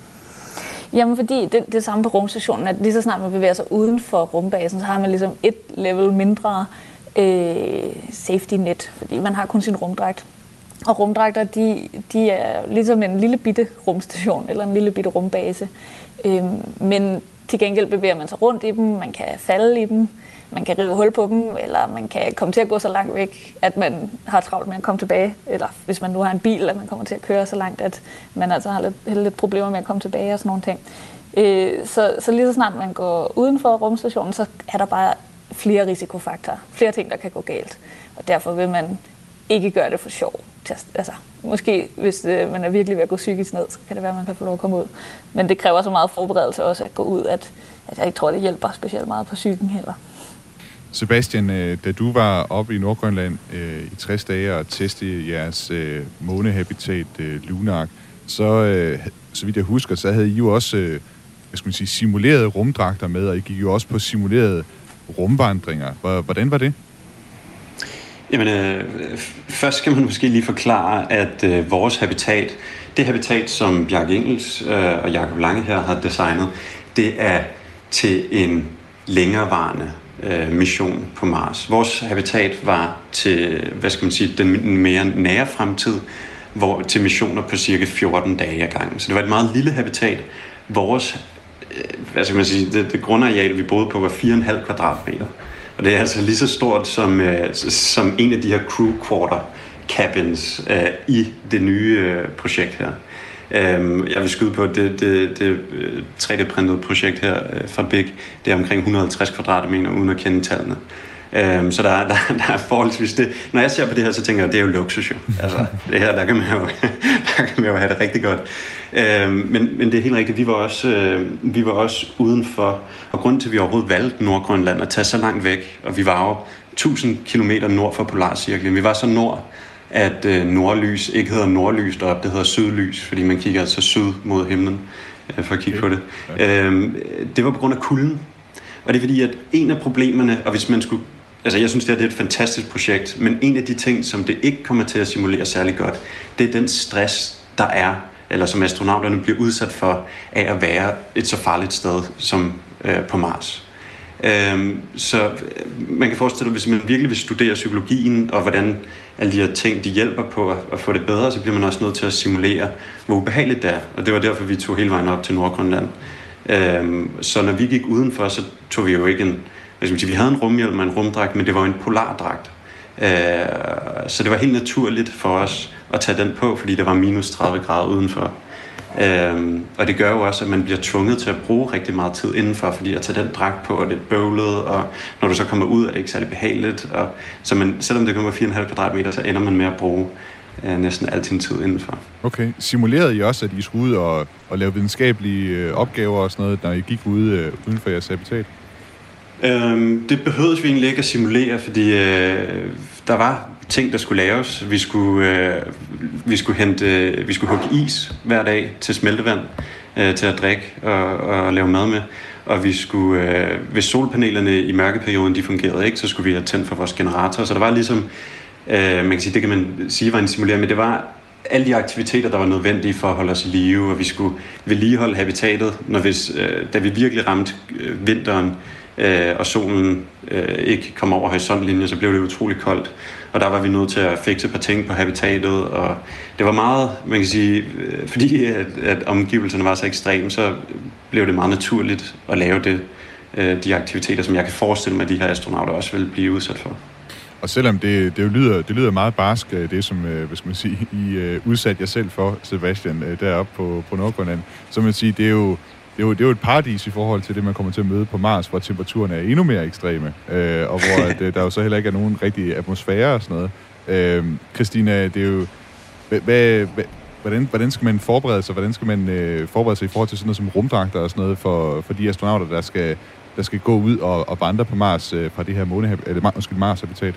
Jamen fordi det, det samme på rumstationen, at lige så snart man bevæger sig uden for rumbasen, så har man ligesom et level mindre øh, safety net, fordi man har kun sin rumdragt. Og rumdragter, de, de er ligesom en lille bitte rumstation, eller en lille bitte rumbase. Øh, men til gengæld bevæger man sig rundt i dem, man kan falde i dem, man kan rive hul på dem, eller man kan komme til at gå så langt væk, at man har travlt med at komme tilbage. Eller hvis man nu har en bil, at man kommer til at køre så langt, at man altså har lidt, lidt problemer med at komme tilbage og sådan nogle ting. Øh, så, så lige så snart man går uden for rumstationen, så er der bare flere risikofaktorer. Flere ting, der kan gå galt. Og derfor vil man ikke gøre det for sjov. Altså, måske hvis øh, man er virkelig ved at gå psykisk ned, så kan det være, at man kan få lov at komme ud. Men det kræver så meget forberedelse også at gå ud, at, at jeg ikke tror, det hjælper specielt meget på psyken heller. Sebastian, da du var oppe i Nordgrønland øh, i tres dage og testede jeres øh, månehabitat øh, Lunark, så, øh, så vidt jeg husker, så havde I jo også øh, hvad skal man sige, simulerede rumdragter med, og I gik jo også på simulerede rumvandringer. Hvordan var det? Jamen, øh, først skal man måske lige forklare, at øh, vores habitat, det habitat, som Bjarke Ingels øh, og Jakob Lange her har designet, det er til en længerevarende øh, mission på Mars. Vores habitat var til, hvad skal man sige, den mere nære fremtid, hvor, til missioner på cirka fjorten dage ad gangen. Så det var et meget lille habitat. Vores, øh, hvad skal man sige, det, det grundareal, vi boede på, var fire komma fem kvadratmeter. Og det er altså lige så stort som, øh, som en af de her crew quarter cabins øh, i det nye øh, projekt her. Øh, jeg vil skyde på, at det, det, det tre D-printede projekt her øh, fra Big, det er omkring et hundrede og halvtreds kvadratmeter uden at kende tallene. Øh, så der, der, der er forholdsvis det. Når jeg ser på det her, så tænker jeg, at det er jo luksus jo. Altså, det her, der kan man jo, der kan man jo have det rigtig godt. Øh, men, men det er helt rigtigt, vi var også, øh, vi var også udenfor, og grunden til, at vi overhovedet valgte Nordgrønland at tage så langt væk, og vi var jo tusind kilometer nord for Polarcirklen. Vi var så nord, at øh, nordlys ikke hedder nordlys deroppe, det hedder sydlys, fordi man kigger altså syd mod himlen øh, for at kigge okay. på det. Okay. Øh, det var på grund af kulden, og det er fordi, at en af problemerne, og hvis man skulle, altså jeg synes, det, her, det er et fantastisk projekt, men en af de ting, som det ikke kommer til at simulere særlig godt, det er den stress, der er eller som astronauterne bliver udsat for af at være et så farligt sted som øh, på Mars. Øhm, så man kan forestille sig, hvis man virkelig vil studere psykologien og hvordan alle de her ting de hjælper på at, at få det bedre, så bliver man også nødt til at simulere, hvor ubehageligt det er. Og det var derfor, vi tog hele vejen op til Nordgrønland. Øhm, så når vi gik udenfor, så tog vi jo ikke en... Sige, vi havde en rumhjelm og en rumdragt, men det var en polardragt. Øh, så det var helt naturligt for os at tage den på, fordi det var minus tredive grader udenfor. Øhm, og det gør jo også, at man bliver tvunget til at bruge rigtig meget tid indenfor, fordi at tage den dragt på, og det er bøvlet, og når du så kommer ud, er det ikke særlig behageligt. Og, så man, selvom det kommer fire komma fem kvadratmeter, så ender man med at bruge øh, næsten al sin tid indenfor. Okay. Simulerede I også, at I skulle ud og, og lave videnskabelige øh, opgaver og sådan noget, når I gik ud øh, uden for jeres habitat? Øhm, det behøvedes vi egentlig ikke at simulere, fordi øh, der var ting, der skulle laves. Vi skulle, øh, vi skulle, hente, vi skulle hugge is hver dag til smeltevand, øh, til at drikke og, og lave mad med. Og vi skulle, øh, hvis solpanelerne i mørkeperioden de fungerede ikke, så skulle vi have tændt for vores generator. Så der var ligesom, øh, man kan sige, det kan man sige var en simulering, men det var alle de aktiviteter, der var nødvendige for at holde os i live, og vi skulle vedligeholde habitatet, når hvis, øh, da vi virkelig ramte øh, vinteren, Øh, og solen øh, ikke kom over horisontlinjen, så blev det utrolig koldt. Og der var vi nødt til at fikse et par ting på habitatet, og det var meget, man kan sige, øh, fordi at, at omgivelserne var så ekstreme, så blev det meget naturligt at lave det, øh, de aktiviteter, som jeg kan forestille mig, at de her astronauter også vil blive udsat for. Og selvom det, det, jo lyder, det lyder meget barsk, det som, hvad skal man sige, I uh, udsat jer selv for, Sebastian, uh, deroppe på, på Nordgrønland, så man sige, det er jo Det er, jo, det er jo et paradis i forhold til det, man kommer til at møde på Mars, hvor temperaturen er endnu mere ekstreme, øh, og hvor at, øh, der jo så heller ikke er nogen rigtig atmosfære og sådan noget. Øh, Christina, det er jo... Hvad, hvad, hvordan, hvordan skal man forberede sig? Hvordan skal man øh, forberede sig i forhold til sådan noget som rumdragter og sådan noget for, for de astronauter, der skal, der skal gå ud og, og vandre på Mars øh, fra det her måne, eller måske Mars-habitat?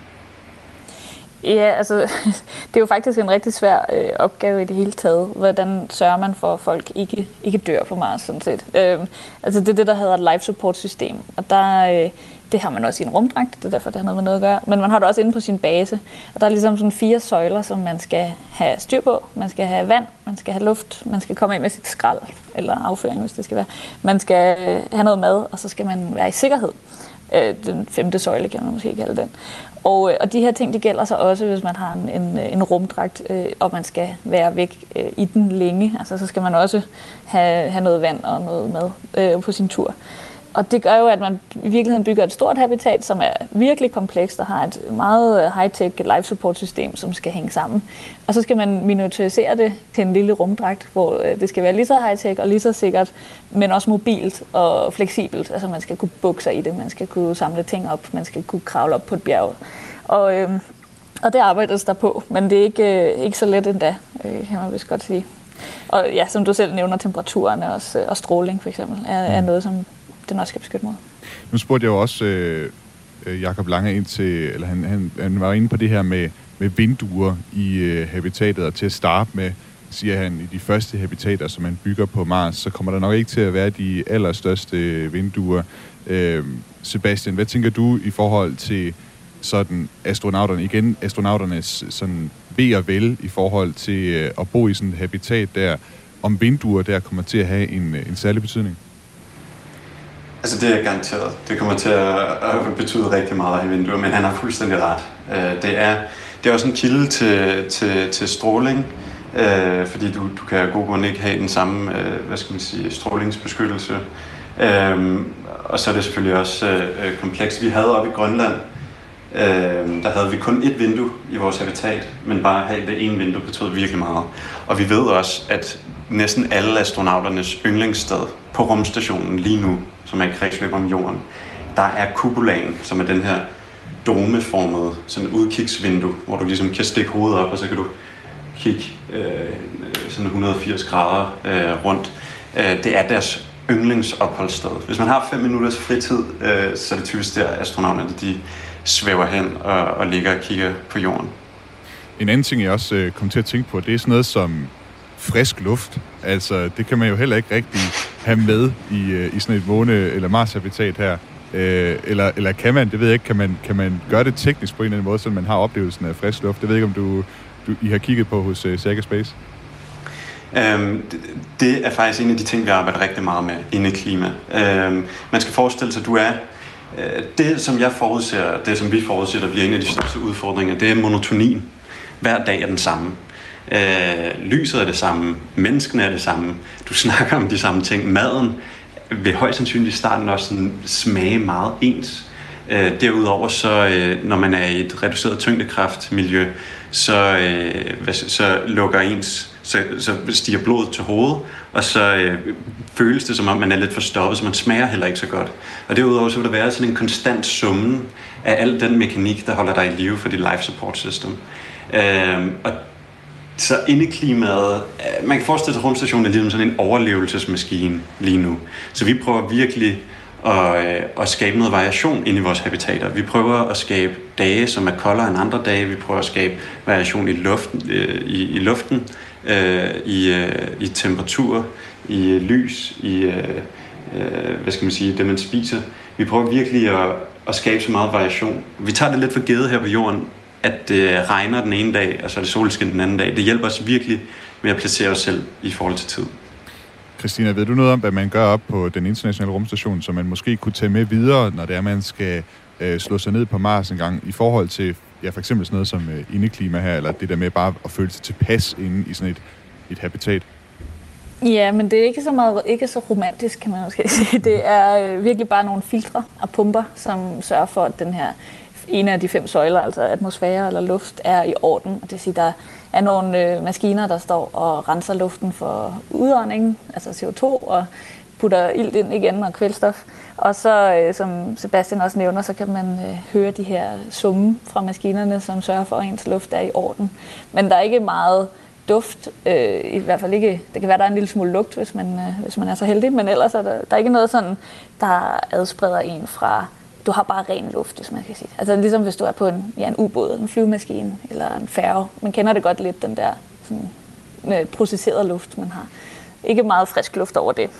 Ja, altså, det er jo faktisk en rigtig svær øh, opgave i det hele taget. Hvordan sørger man for, at folk ikke, ikke dør på Mars, sådan set. Øh, altså, det er det, der hedder et life support system. Og der, øh, det har man også i en rumdragt, det er derfor, det har noget med noget at gøre. Men man har det også inde på sin base. Og der er ligesom sådan fire søjler, som man skal have styr på. Man skal have vand, man skal have luft, man skal komme ind med sit skrald, eller afføring, hvis det skal være. Man skal øh, have noget mad, og så skal man være i sikkerhed. Øh, den femte søjle, kan man måske kalde den. Og, og de her ting, de gælder så også, hvis man har en, en, en rumdragt, øh, og man skal være væk øh, i den længe. Altså, så skal man også have, have noget vand og noget mad øh, på sin tur. Og det gør jo, at man i virkeligheden bygger et stort habitat, som er virkelig komplekst og har et meget high-tech life support system, som skal hænge sammen. Og så skal man miniaturisere det til en lille rumdragt, hvor det skal være lige så high-tech og lige så sikkert, men også mobilt og fleksibelt. Altså man skal kunne bukke sig i det, man skal kunne samle ting op, man skal kunne kravle op på et bjerg. Og, øh, og det arbejdes der på, men det er ikke, øh, ikke så let endda, øh, kan man vist godt sige. Og ja, som du selv nævner, temperaturen og, også, og stråling for eksempel, er, er noget, som den også skal beskytte mod. Nu spurgte jeg jo også øh, Jakob Lange ind til, eller han, han, han var inde på det her med, med vinduer i øh, habitatet, og til at starte med, siger han, i de første habitater, som man bygger på Mars, så kommer der nok ikke til at være de allerstørste vinduer. Øh, Sebastian, hvad tænker du i forhold til sådan astronauterne, igen astronauternes sådan ved og vel i forhold til øh, at bo i sådan et habitat der, om vinduer der kommer til at have en, en særlig betydning? Altså det er garanteret. Det kommer til at, at betyde rigtig meget af vinduer, men han har fuldstændig ret. Det er, det er også en kilde til, til, til stråling, øh, fordi du, du kan af god grund ikke have den samme øh, hvad skal man sige, strålingsbeskyttelse. Øh, og så er det selvfølgelig også øh, komplekst. Vi havde oppe i Grønland, øh, der havde vi kun et vindue i vores habitat, men bare at have det ene vindue betød virkelig meget. Og vi ved også, at næsten alle astronauternes yndlingssted på rumstationen lige nu, som er i kredsløb om jorden, der er kupolaen, som er den her domeformede sådan udkigsvindue, hvor du ligesom kan stikke hovedet op, og så kan du kigge øh, sådan et hundrede og firs grader øh, rundt. Øh, det er deres yndlingsopholdssted. Hvis man har fem minutters fritid, øh, så er det typisk der, astronauterne de svæver hen og, og ligger og kigger på jorden. En anden ting, jeg også øh, kom til at tænke på, det er sådan noget som frisk luft. Altså, det kan man jo heller ikke rigtig have med i, øh, i sådan et måne- eller Mars-habitat her. Øh, eller, eller kan man, det ved jeg ikke, kan man, kan man gøre det teknisk på en eller anden måde, så man har oplevelsen af frisk luft? Det ved jeg ikke, om du, du I har kigget på hos uh, Saga Space? Øhm, det, det er faktisk en af de ting, vi arbejder rigtig meget med indeklima. Øhm, man skal forestille sig, at du er øh, det, som jeg forudser, det som vi forudser, der bliver en af de største udfordringer, det er monotonien. Hver dag er den samme. Øh, lyset er det samme, menneskene er det samme, du snakker om de samme ting. Maden vil højst sandsynligt i starten også sådan smage meget ens. Øh, derudover så, øh, når man er i et reduceret tyngdekraftmiljø, så, øh, så lukker ens, så, så stiger blodet til hovedet, og så øh, føles det som om man er lidt forstoppet, så man smager heller ikke så godt. Og derudover så vil der være sådan en konstant summen af al den mekanik, der holder dig i live for dit life support system. Øh, og så indeklimaet, man kan forestille sig, at rumstationen er ligesom sådan en overlevelsesmaskine lige nu. Så vi prøver virkelig at, at skabe noget variation ind i vores habitater. Vi prøver at skabe dage, som er koldere end andre dage. Vi prøver at skabe variation i luften, i, i, luften, i, i temperatur, i lys, i hvad skal man sige, det man spiser. Vi prøver virkelig at, at skabe så meget variation. Vi tager det lidt for givet her på jorden, at det regner den ene dag, og så er det solskin den anden dag. Det hjælper os virkelig med at placere os selv i forhold til tid. Christina, ved du noget om, hvad man gør op på den internationale rumstation, som man måske kunne tage med videre, når det er, man skal øh, slå sig ned på Mars en gang, i forhold til ja, for eksempel sådan noget som øh, indeklima her, eller det der med bare at føle sig tilpas inde i sådan et, et habitat? Ja, men det er ikke så meget, ikke så romantisk, kan man måske sige. Det er øh, virkelig bare nogle filtre og pumper, som sørger for, at den her en af de fem søjler, altså atmosfære eller luft, er i orden. Det vil sige, der er nogle øh, maskiner, der står og renser luften for udånding, altså C O to, og putter ilt ind igen og kvælstof. Og så, øh, som Sebastian også nævner, så kan man øh, høre de her summe fra maskinerne, som sørger for, at ens luft er i orden. Men der er ikke meget duft, øh, i hvert fald ikke. Det kan være, der er en lille smule lugt, hvis man, øh, hvis man er så heldig, men ellers er der, der er ikke noget sådan, der adspreder en fra. Du har bare ren luft, hvis man kan sige. Altså ligesom hvis du er på en, ja, en ubåd, en flyvemaskine eller en færge. Man kender det godt lidt, den der sådan, med processeret luft, man har. Ikke meget frisk luft over det.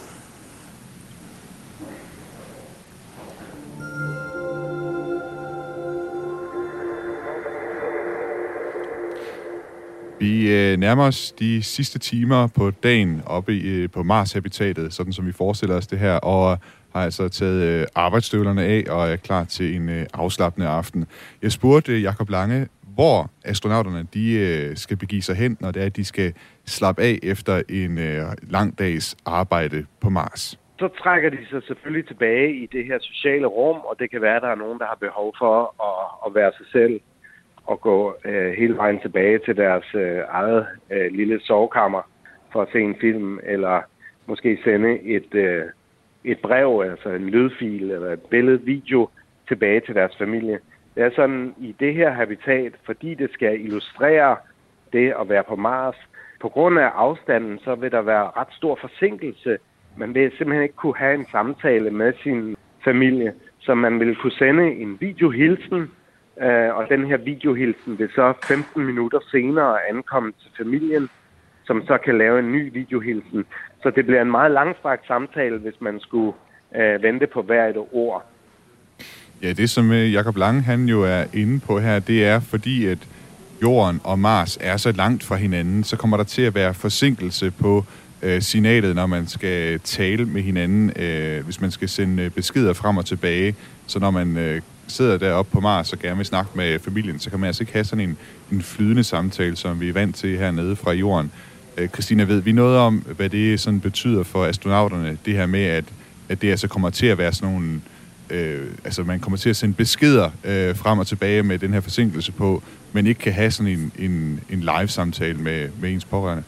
Vi øh, nærmer os de sidste timer på dagen oppe i, øh, på Mars-habitatet, sådan som vi forestiller os det her, og har altså taget øh, arbejdsstøvlerne af og er klar til en øh, afslappende aften. Jeg spurgte øh, Jakob Lange, hvor astronauterne de, øh, skal begive sig hen, når det er, at de skal slappe af efter en øh, lang dags arbejde på Mars. Så trækker de sig selvfølgelig tilbage i det her sociale rum, og det kan være, at der er nogen, der har behov for at, at være sig selv og gå øh, hele vejen tilbage til deres øh, eget øh, lille sovekammer for at se en film, eller måske sende et, øh, et brev, altså en lydfil eller et billede, video tilbage til deres familie. Det er sådan i det her habitat, fordi det skal illustrere det at være på Mars. På grund af afstanden, så vil der være ret stor forsinkelse. Man vil simpelthen ikke kunne have en samtale med sin familie, så man vil kunne sende en videohilsen, Uh, og den her videohilsen vil så femten minutter senere ankomme til familien, som så kan lave en ny videohilsen. Så det bliver en meget langstrakt samtale, hvis man skulle uh, vente på hver et ord. Ja, det som Jakob Lange han jo er inde på her, det er fordi, at Jorden og Mars er så langt fra hinanden, så kommer der til at være forsinkelse på øh, signalet, når man skal tale med hinanden, øh, hvis man skal sende beskeder frem og tilbage. Så når man øh, sidder deroppe på Mars og gerne vil snakke med familien, så kan man altså ikke have sådan en, en flydende samtale, som vi er vant til hernede fra Jorden. Øh, Christina, ved vi noget om, hvad det sådan betyder for astronauterne, det her med, at, at det altså kommer til at være sådan nogle, øh, altså man kommer til at sende beskeder øh, frem og tilbage med den her forsinkelse på, men ikke kan have sådan en, en, en live-samtale med, med ens pårørende?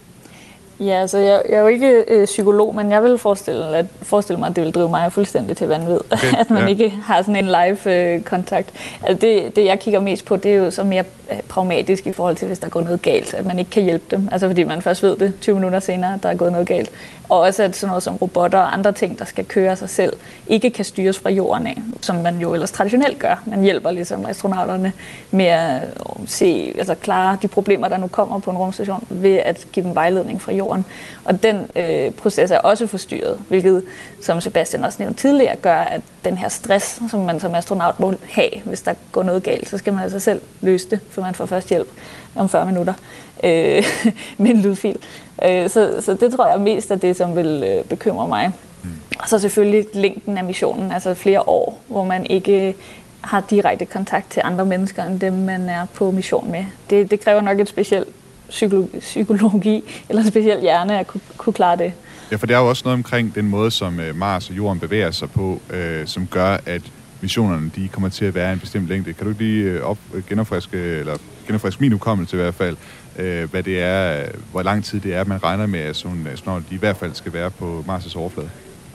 Ja, altså jeg, jeg er jo ikke øh, psykolog, men jeg vil forestille, at, forestille mig, at det vil drive mig fuldstændig til vanvid, okay, at man ja. ikke har sådan en live-kontakt. Øh, altså det, det, jeg kigger mest på, det er jo så mere øh, pragmatisk i forhold til, hvis der går noget galt, at man ikke kan hjælpe dem. Altså fordi man først ved det tyve minutter senere, at der er gået noget galt. Og også at sådan noget som robotter og andre ting, der skal køre sig selv, ikke kan styres fra jorden af, som man jo ellers traditionelt gør. Man hjælper ligesom astronauterne med at se, altså klare de problemer, der nu kommer på en rumstation, ved at give dem vejledning fra jorden. Og den øh, proces er også forstyrret, hvilket, som Sebastian også nævnte tidligere, gør, at den her stress, som man som astronaut må have, hvis der går noget galt, så skal man altså selv løse det, for man får først hjælp om fyrre minutter øh, med en lydfil. Øh, så, så det tror jeg er mest af det, som vil øh, bekymre mig. Mm. Og så selvfølgelig længden af missionen, altså flere år, hvor man ikke har direkte kontakt til andre mennesker, end dem, man er på mission med. Det, det kræver nok et specielt psykologi, psykologi eller en speciel hjerne at kunne, kunne klare det. Ja, for det er jo også noget omkring den måde, som Mars og Jorden bevæger sig på, øh, som gør, at missionerne de kommer til at være en bestemt længde. Kan du lige op, genopfriske, eller genopfriske min hukommelse i hvert fald, øh, hvad det er, hvor lang tid det er, man regner med, at sådan astronauter de i hvert fald skal være på Mars' overflade?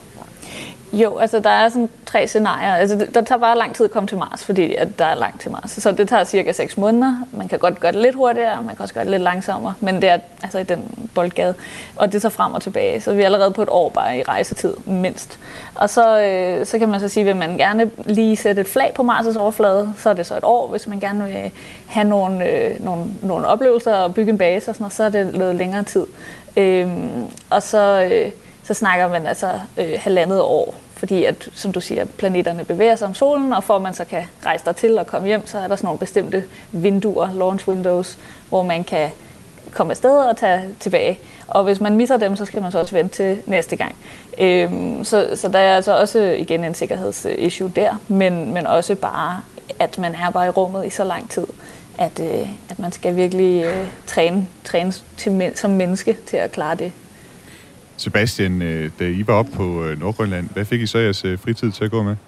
Jo, altså der er sådan tre scenarier. Altså det, der tager bare lang tid at komme til Mars, fordi at der er langt til Mars. Så det tager cirka seks måneder. Man kan godt gøre det lidt hurtigere, man kan også gøre det lidt langsommere, men det er altså i den boldgade. Og det tager frem og tilbage, så vi er allerede på et år bare i rejsetid, mindst. Og så, øh, så kan man så sige, at man gerne lige sætte et flag på Mars' overflade, så er det så et år. Hvis man gerne vil have nogle, øh, nogle, nogle oplevelser og bygge en base og sådan noget, så er det lidt længere tid. Øh, og så... Øh, så snakker man altså øh, halvandet år, fordi at, som du siger, planeterne bevæger sig om solen, og for at man så kan rejse dertil og komme hjem, så er der sådan nogle bestemte vinduer, launch windows, hvor man kan komme afsted og tage tilbage. Og hvis man misser dem, så skal man så også vente til næste gang. Øhm, så, så der er altså også igen en sikkerhedsissue der, men, men også bare, at man er bare i rummet i så lang tid, at, øh, at man skal virkelig øh, træne, træne til, som menneske til at klare det. Sebastian, da I var oppe på Nordgrønland, hvad fik I så jeres fritid til at gå med?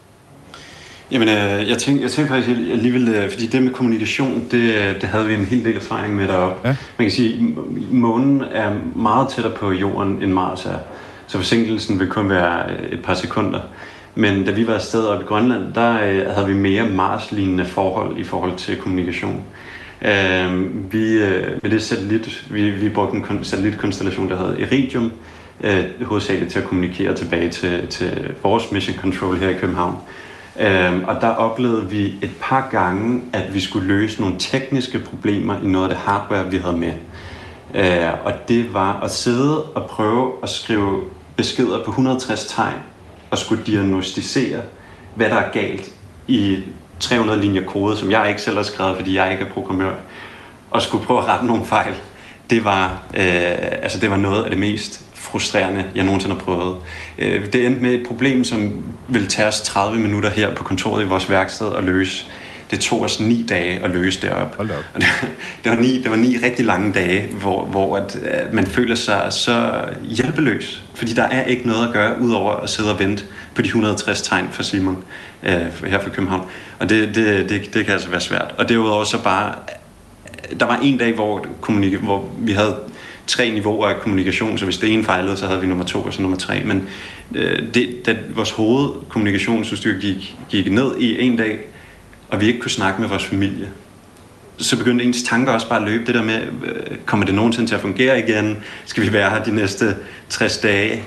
Jamen, øh, jeg tænkte jeg tænkte faktisk alligevel, øh, fordi det med kommunikation, det, det havde vi en hel del erfaring med deroppe. Ja. Man kan sige, at månen er meget tættere på jorden, end Mars er. Så forsinkelsen vil kun være et par sekunder. Men da vi var afsted oppe i Grønland, der øh, havde vi mere Mars-lignende forhold i forhold til kommunikation. Øh, vi, øh, med det satellit, vi, vi brugte en satellitkonstellation, der hedder Iridium, øh, hovedsageligt til at kommunikere tilbage til, til vores mission control her i København. Øh, og der oplevede vi et par gange, at vi skulle løse nogle tekniske problemer i noget af det hardware, vi havde med. Øh, og det var at sidde og prøve at skrive beskeder på et hundrede og tres tegn, og skulle diagnostisere, hvad der er galt i tre hundrede linjer kode, som jeg ikke selv har skrevet, fordi jeg ikke er programmør, og skulle prøve at rette nogle fejl. Det var, øh, altså det var noget af det mest frustrerende, jeg nogensinde har prøvet. Øh, det endte med et problem, som ville tage os tredive minutter her på kontoret i vores værksted at løse. Det tog os ni dage at løse deroppe. Hold da op. Og det, det, var ni, det var ni rigtig lange dage, hvor, hvor at, at man føler sig så hjælpeløs. Fordi der er ikke noget at gøre, udover at sidde og vente på de et hundrede og tres tegn fra Simon øh, her fra København. Og det, det, det, det kan altså være svært. Og derudover så bare... Der var en dag, hvor, kommunik- hvor vi havde tre niveauer af kommunikation, så hvis det ene fejlede, så havde vi nummer to og så nummer tre. Men øh, det, da vores hovedkommunikationsudstyr gik, gik ned i en dag, og vi ikke kunne snakke med vores familie, så begyndte ens tanker også bare at løbe. Det der med, kommer det nogensinde til at fungere igen? Skal vi være her de næste tres dage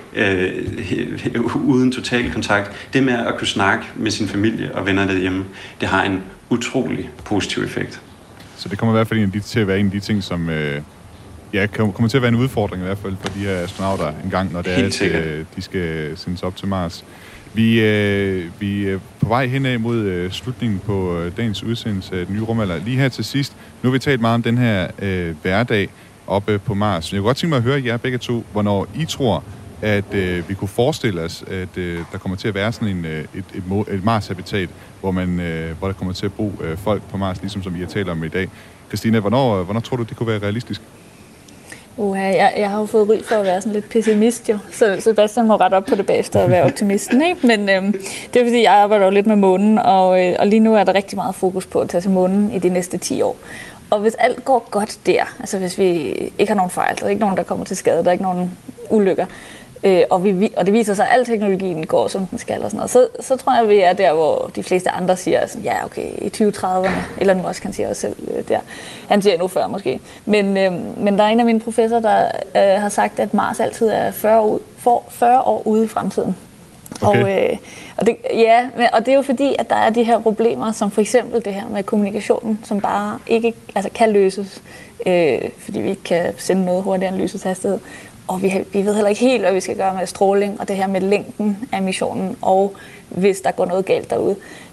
øh, uden total kontakt? Det med at kunne snakke med sin familie og venner derhjemme, det har en utrolig positiv effekt. Så det kommer i hvert fald en af de, til at være en af de ting, som øh, ja, kommer til at være en udfordring i hvert fald for de her astronauter en gang, når det er, at øh, de skal sendes op til Mars. Vi, øh, vi er på vej henad mod øh, slutningen på øh, dagens udsendelse af Den Nye Rumalder. Lige her til sidst, nu har vi talt meget om den her øh, hverdag oppe på Mars. Jeg kunne godt tænke mig at høre jer begge to, hvornår I tror, at øh, vi kunne forestille os, at øh, der kommer til at være sådan en, øh, et, et, et Mars-habitat, hvor, man, øh, hvor der kommer til at bo øh, folk på Mars, ligesom som I har talt om i dag. Christina, hvornår, hvornår tror du, det kunne være realistisk? Uh, jeg, jeg har jo fået ry for at være sådan lidt pessimist, jo. Så Sebastian må rette op på det bagefter og være optimisten, ikke? Men øhm, det er fordi, jeg arbejder jo lidt med månen, og, øh, og lige nu er der rigtig meget fokus på at tage til månen i de næste ti år. Og hvis alt går godt der, altså hvis vi ikke har nogen fejl, der er ikke nogen, der kommer til skade, der er ikke nogen ulykker, øh, og, vi, og det viser sig, at al teknologien går, som den skal, og sådan noget, så, så tror jeg, vi er der, hvor de fleste andre siger, sådan, ja, okay, i tyve trediverne, eller nu også kan sige også selv øh, der. Han siger endnu før måske. Men, øh, men der er en af mine professorer, der øh, har sagt, at Mars altid er fyrre, ud, for, fyrre år ude i fremtiden. Okay. Og, øh, og, det, ja, og det er jo fordi, at der er de her problemer, som for eksempel det her med kommunikationen, som bare ikke altså, kan løses, øh, fordi vi ikke kan sende noget hurtigere end lysets hastighed. Og vi, vi ved heller ikke helt, hvad vi skal gøre med stråling, og det her med længden af missionen, og hvis der går noget galt derude.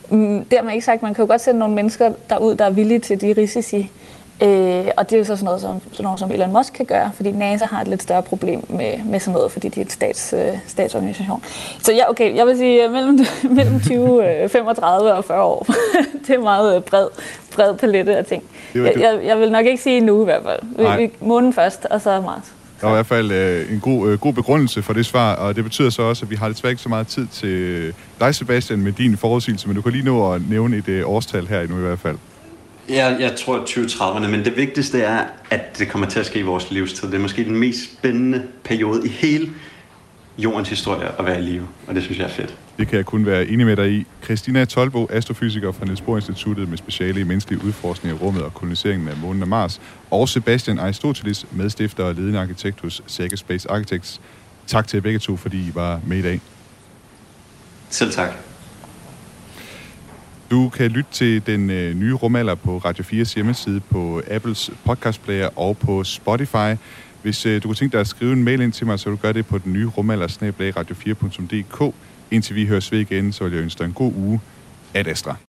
Mm, dermed ikke sagt, man kan jo godt sende nogle mennesker derud, der er villige til de risici. Øh, og det er jo så sådan noget, som, sådan noget, som Elon Musk kan gøre, fordi NASA har et lidt større problem med, med sådan noget, fordi de er et stats, øh, statsorganisation. Så ja, okay, jeg vil sige mellem, mellem tyve, femogtredive og fyrre år. Det er meget bred, bred palette af ting. Jeg, jeg, jeg vil nok ikke sige nu i hvert fald. Vi, vi, månen først, og så Mars. Der var i hvert fald øh, en god, øh, god begrundelse for det svar, og det betyder så også, at vi har desværre ikke så meget tid til dig, Sebastian, med din forudsigelse, men du kan lige nå at nævne et øh, årstal her nu i hvert fald. Ja, jeg tror tyve trediverne, men det vigtigste er, at det kommer til at ske i vores livstid. Det er måske den mest spændende periode i hele jordens historie at være i live, og det synes jeg er fedt. Det kan jeg kun være enig med dig i. Christina Tolbo, astrofysiker fra Niels Bohr Instituttet med speciale i menneskelig udforskning af rummet og koloniseringen af månen og Mars, og Sebastian Aristoteles, medstifter og ledende arkitekt hos Saga Space Architects. Tak til jer begge to, fordi I var med i dag. Selv tak. Du kan lytte til den øh, nye rumalder på Radio fires hjemmeside, på Apples podcastplayer og på Spotify. Hvis øh, du kunne tænke dig at skrive en mail ind til mig, så vil du gøre det på den nye rumalder snabel-a radio fire punktum d k. Indtil vi høres ved igen, så vil jeg ønske dig en god uge. Ad Astra.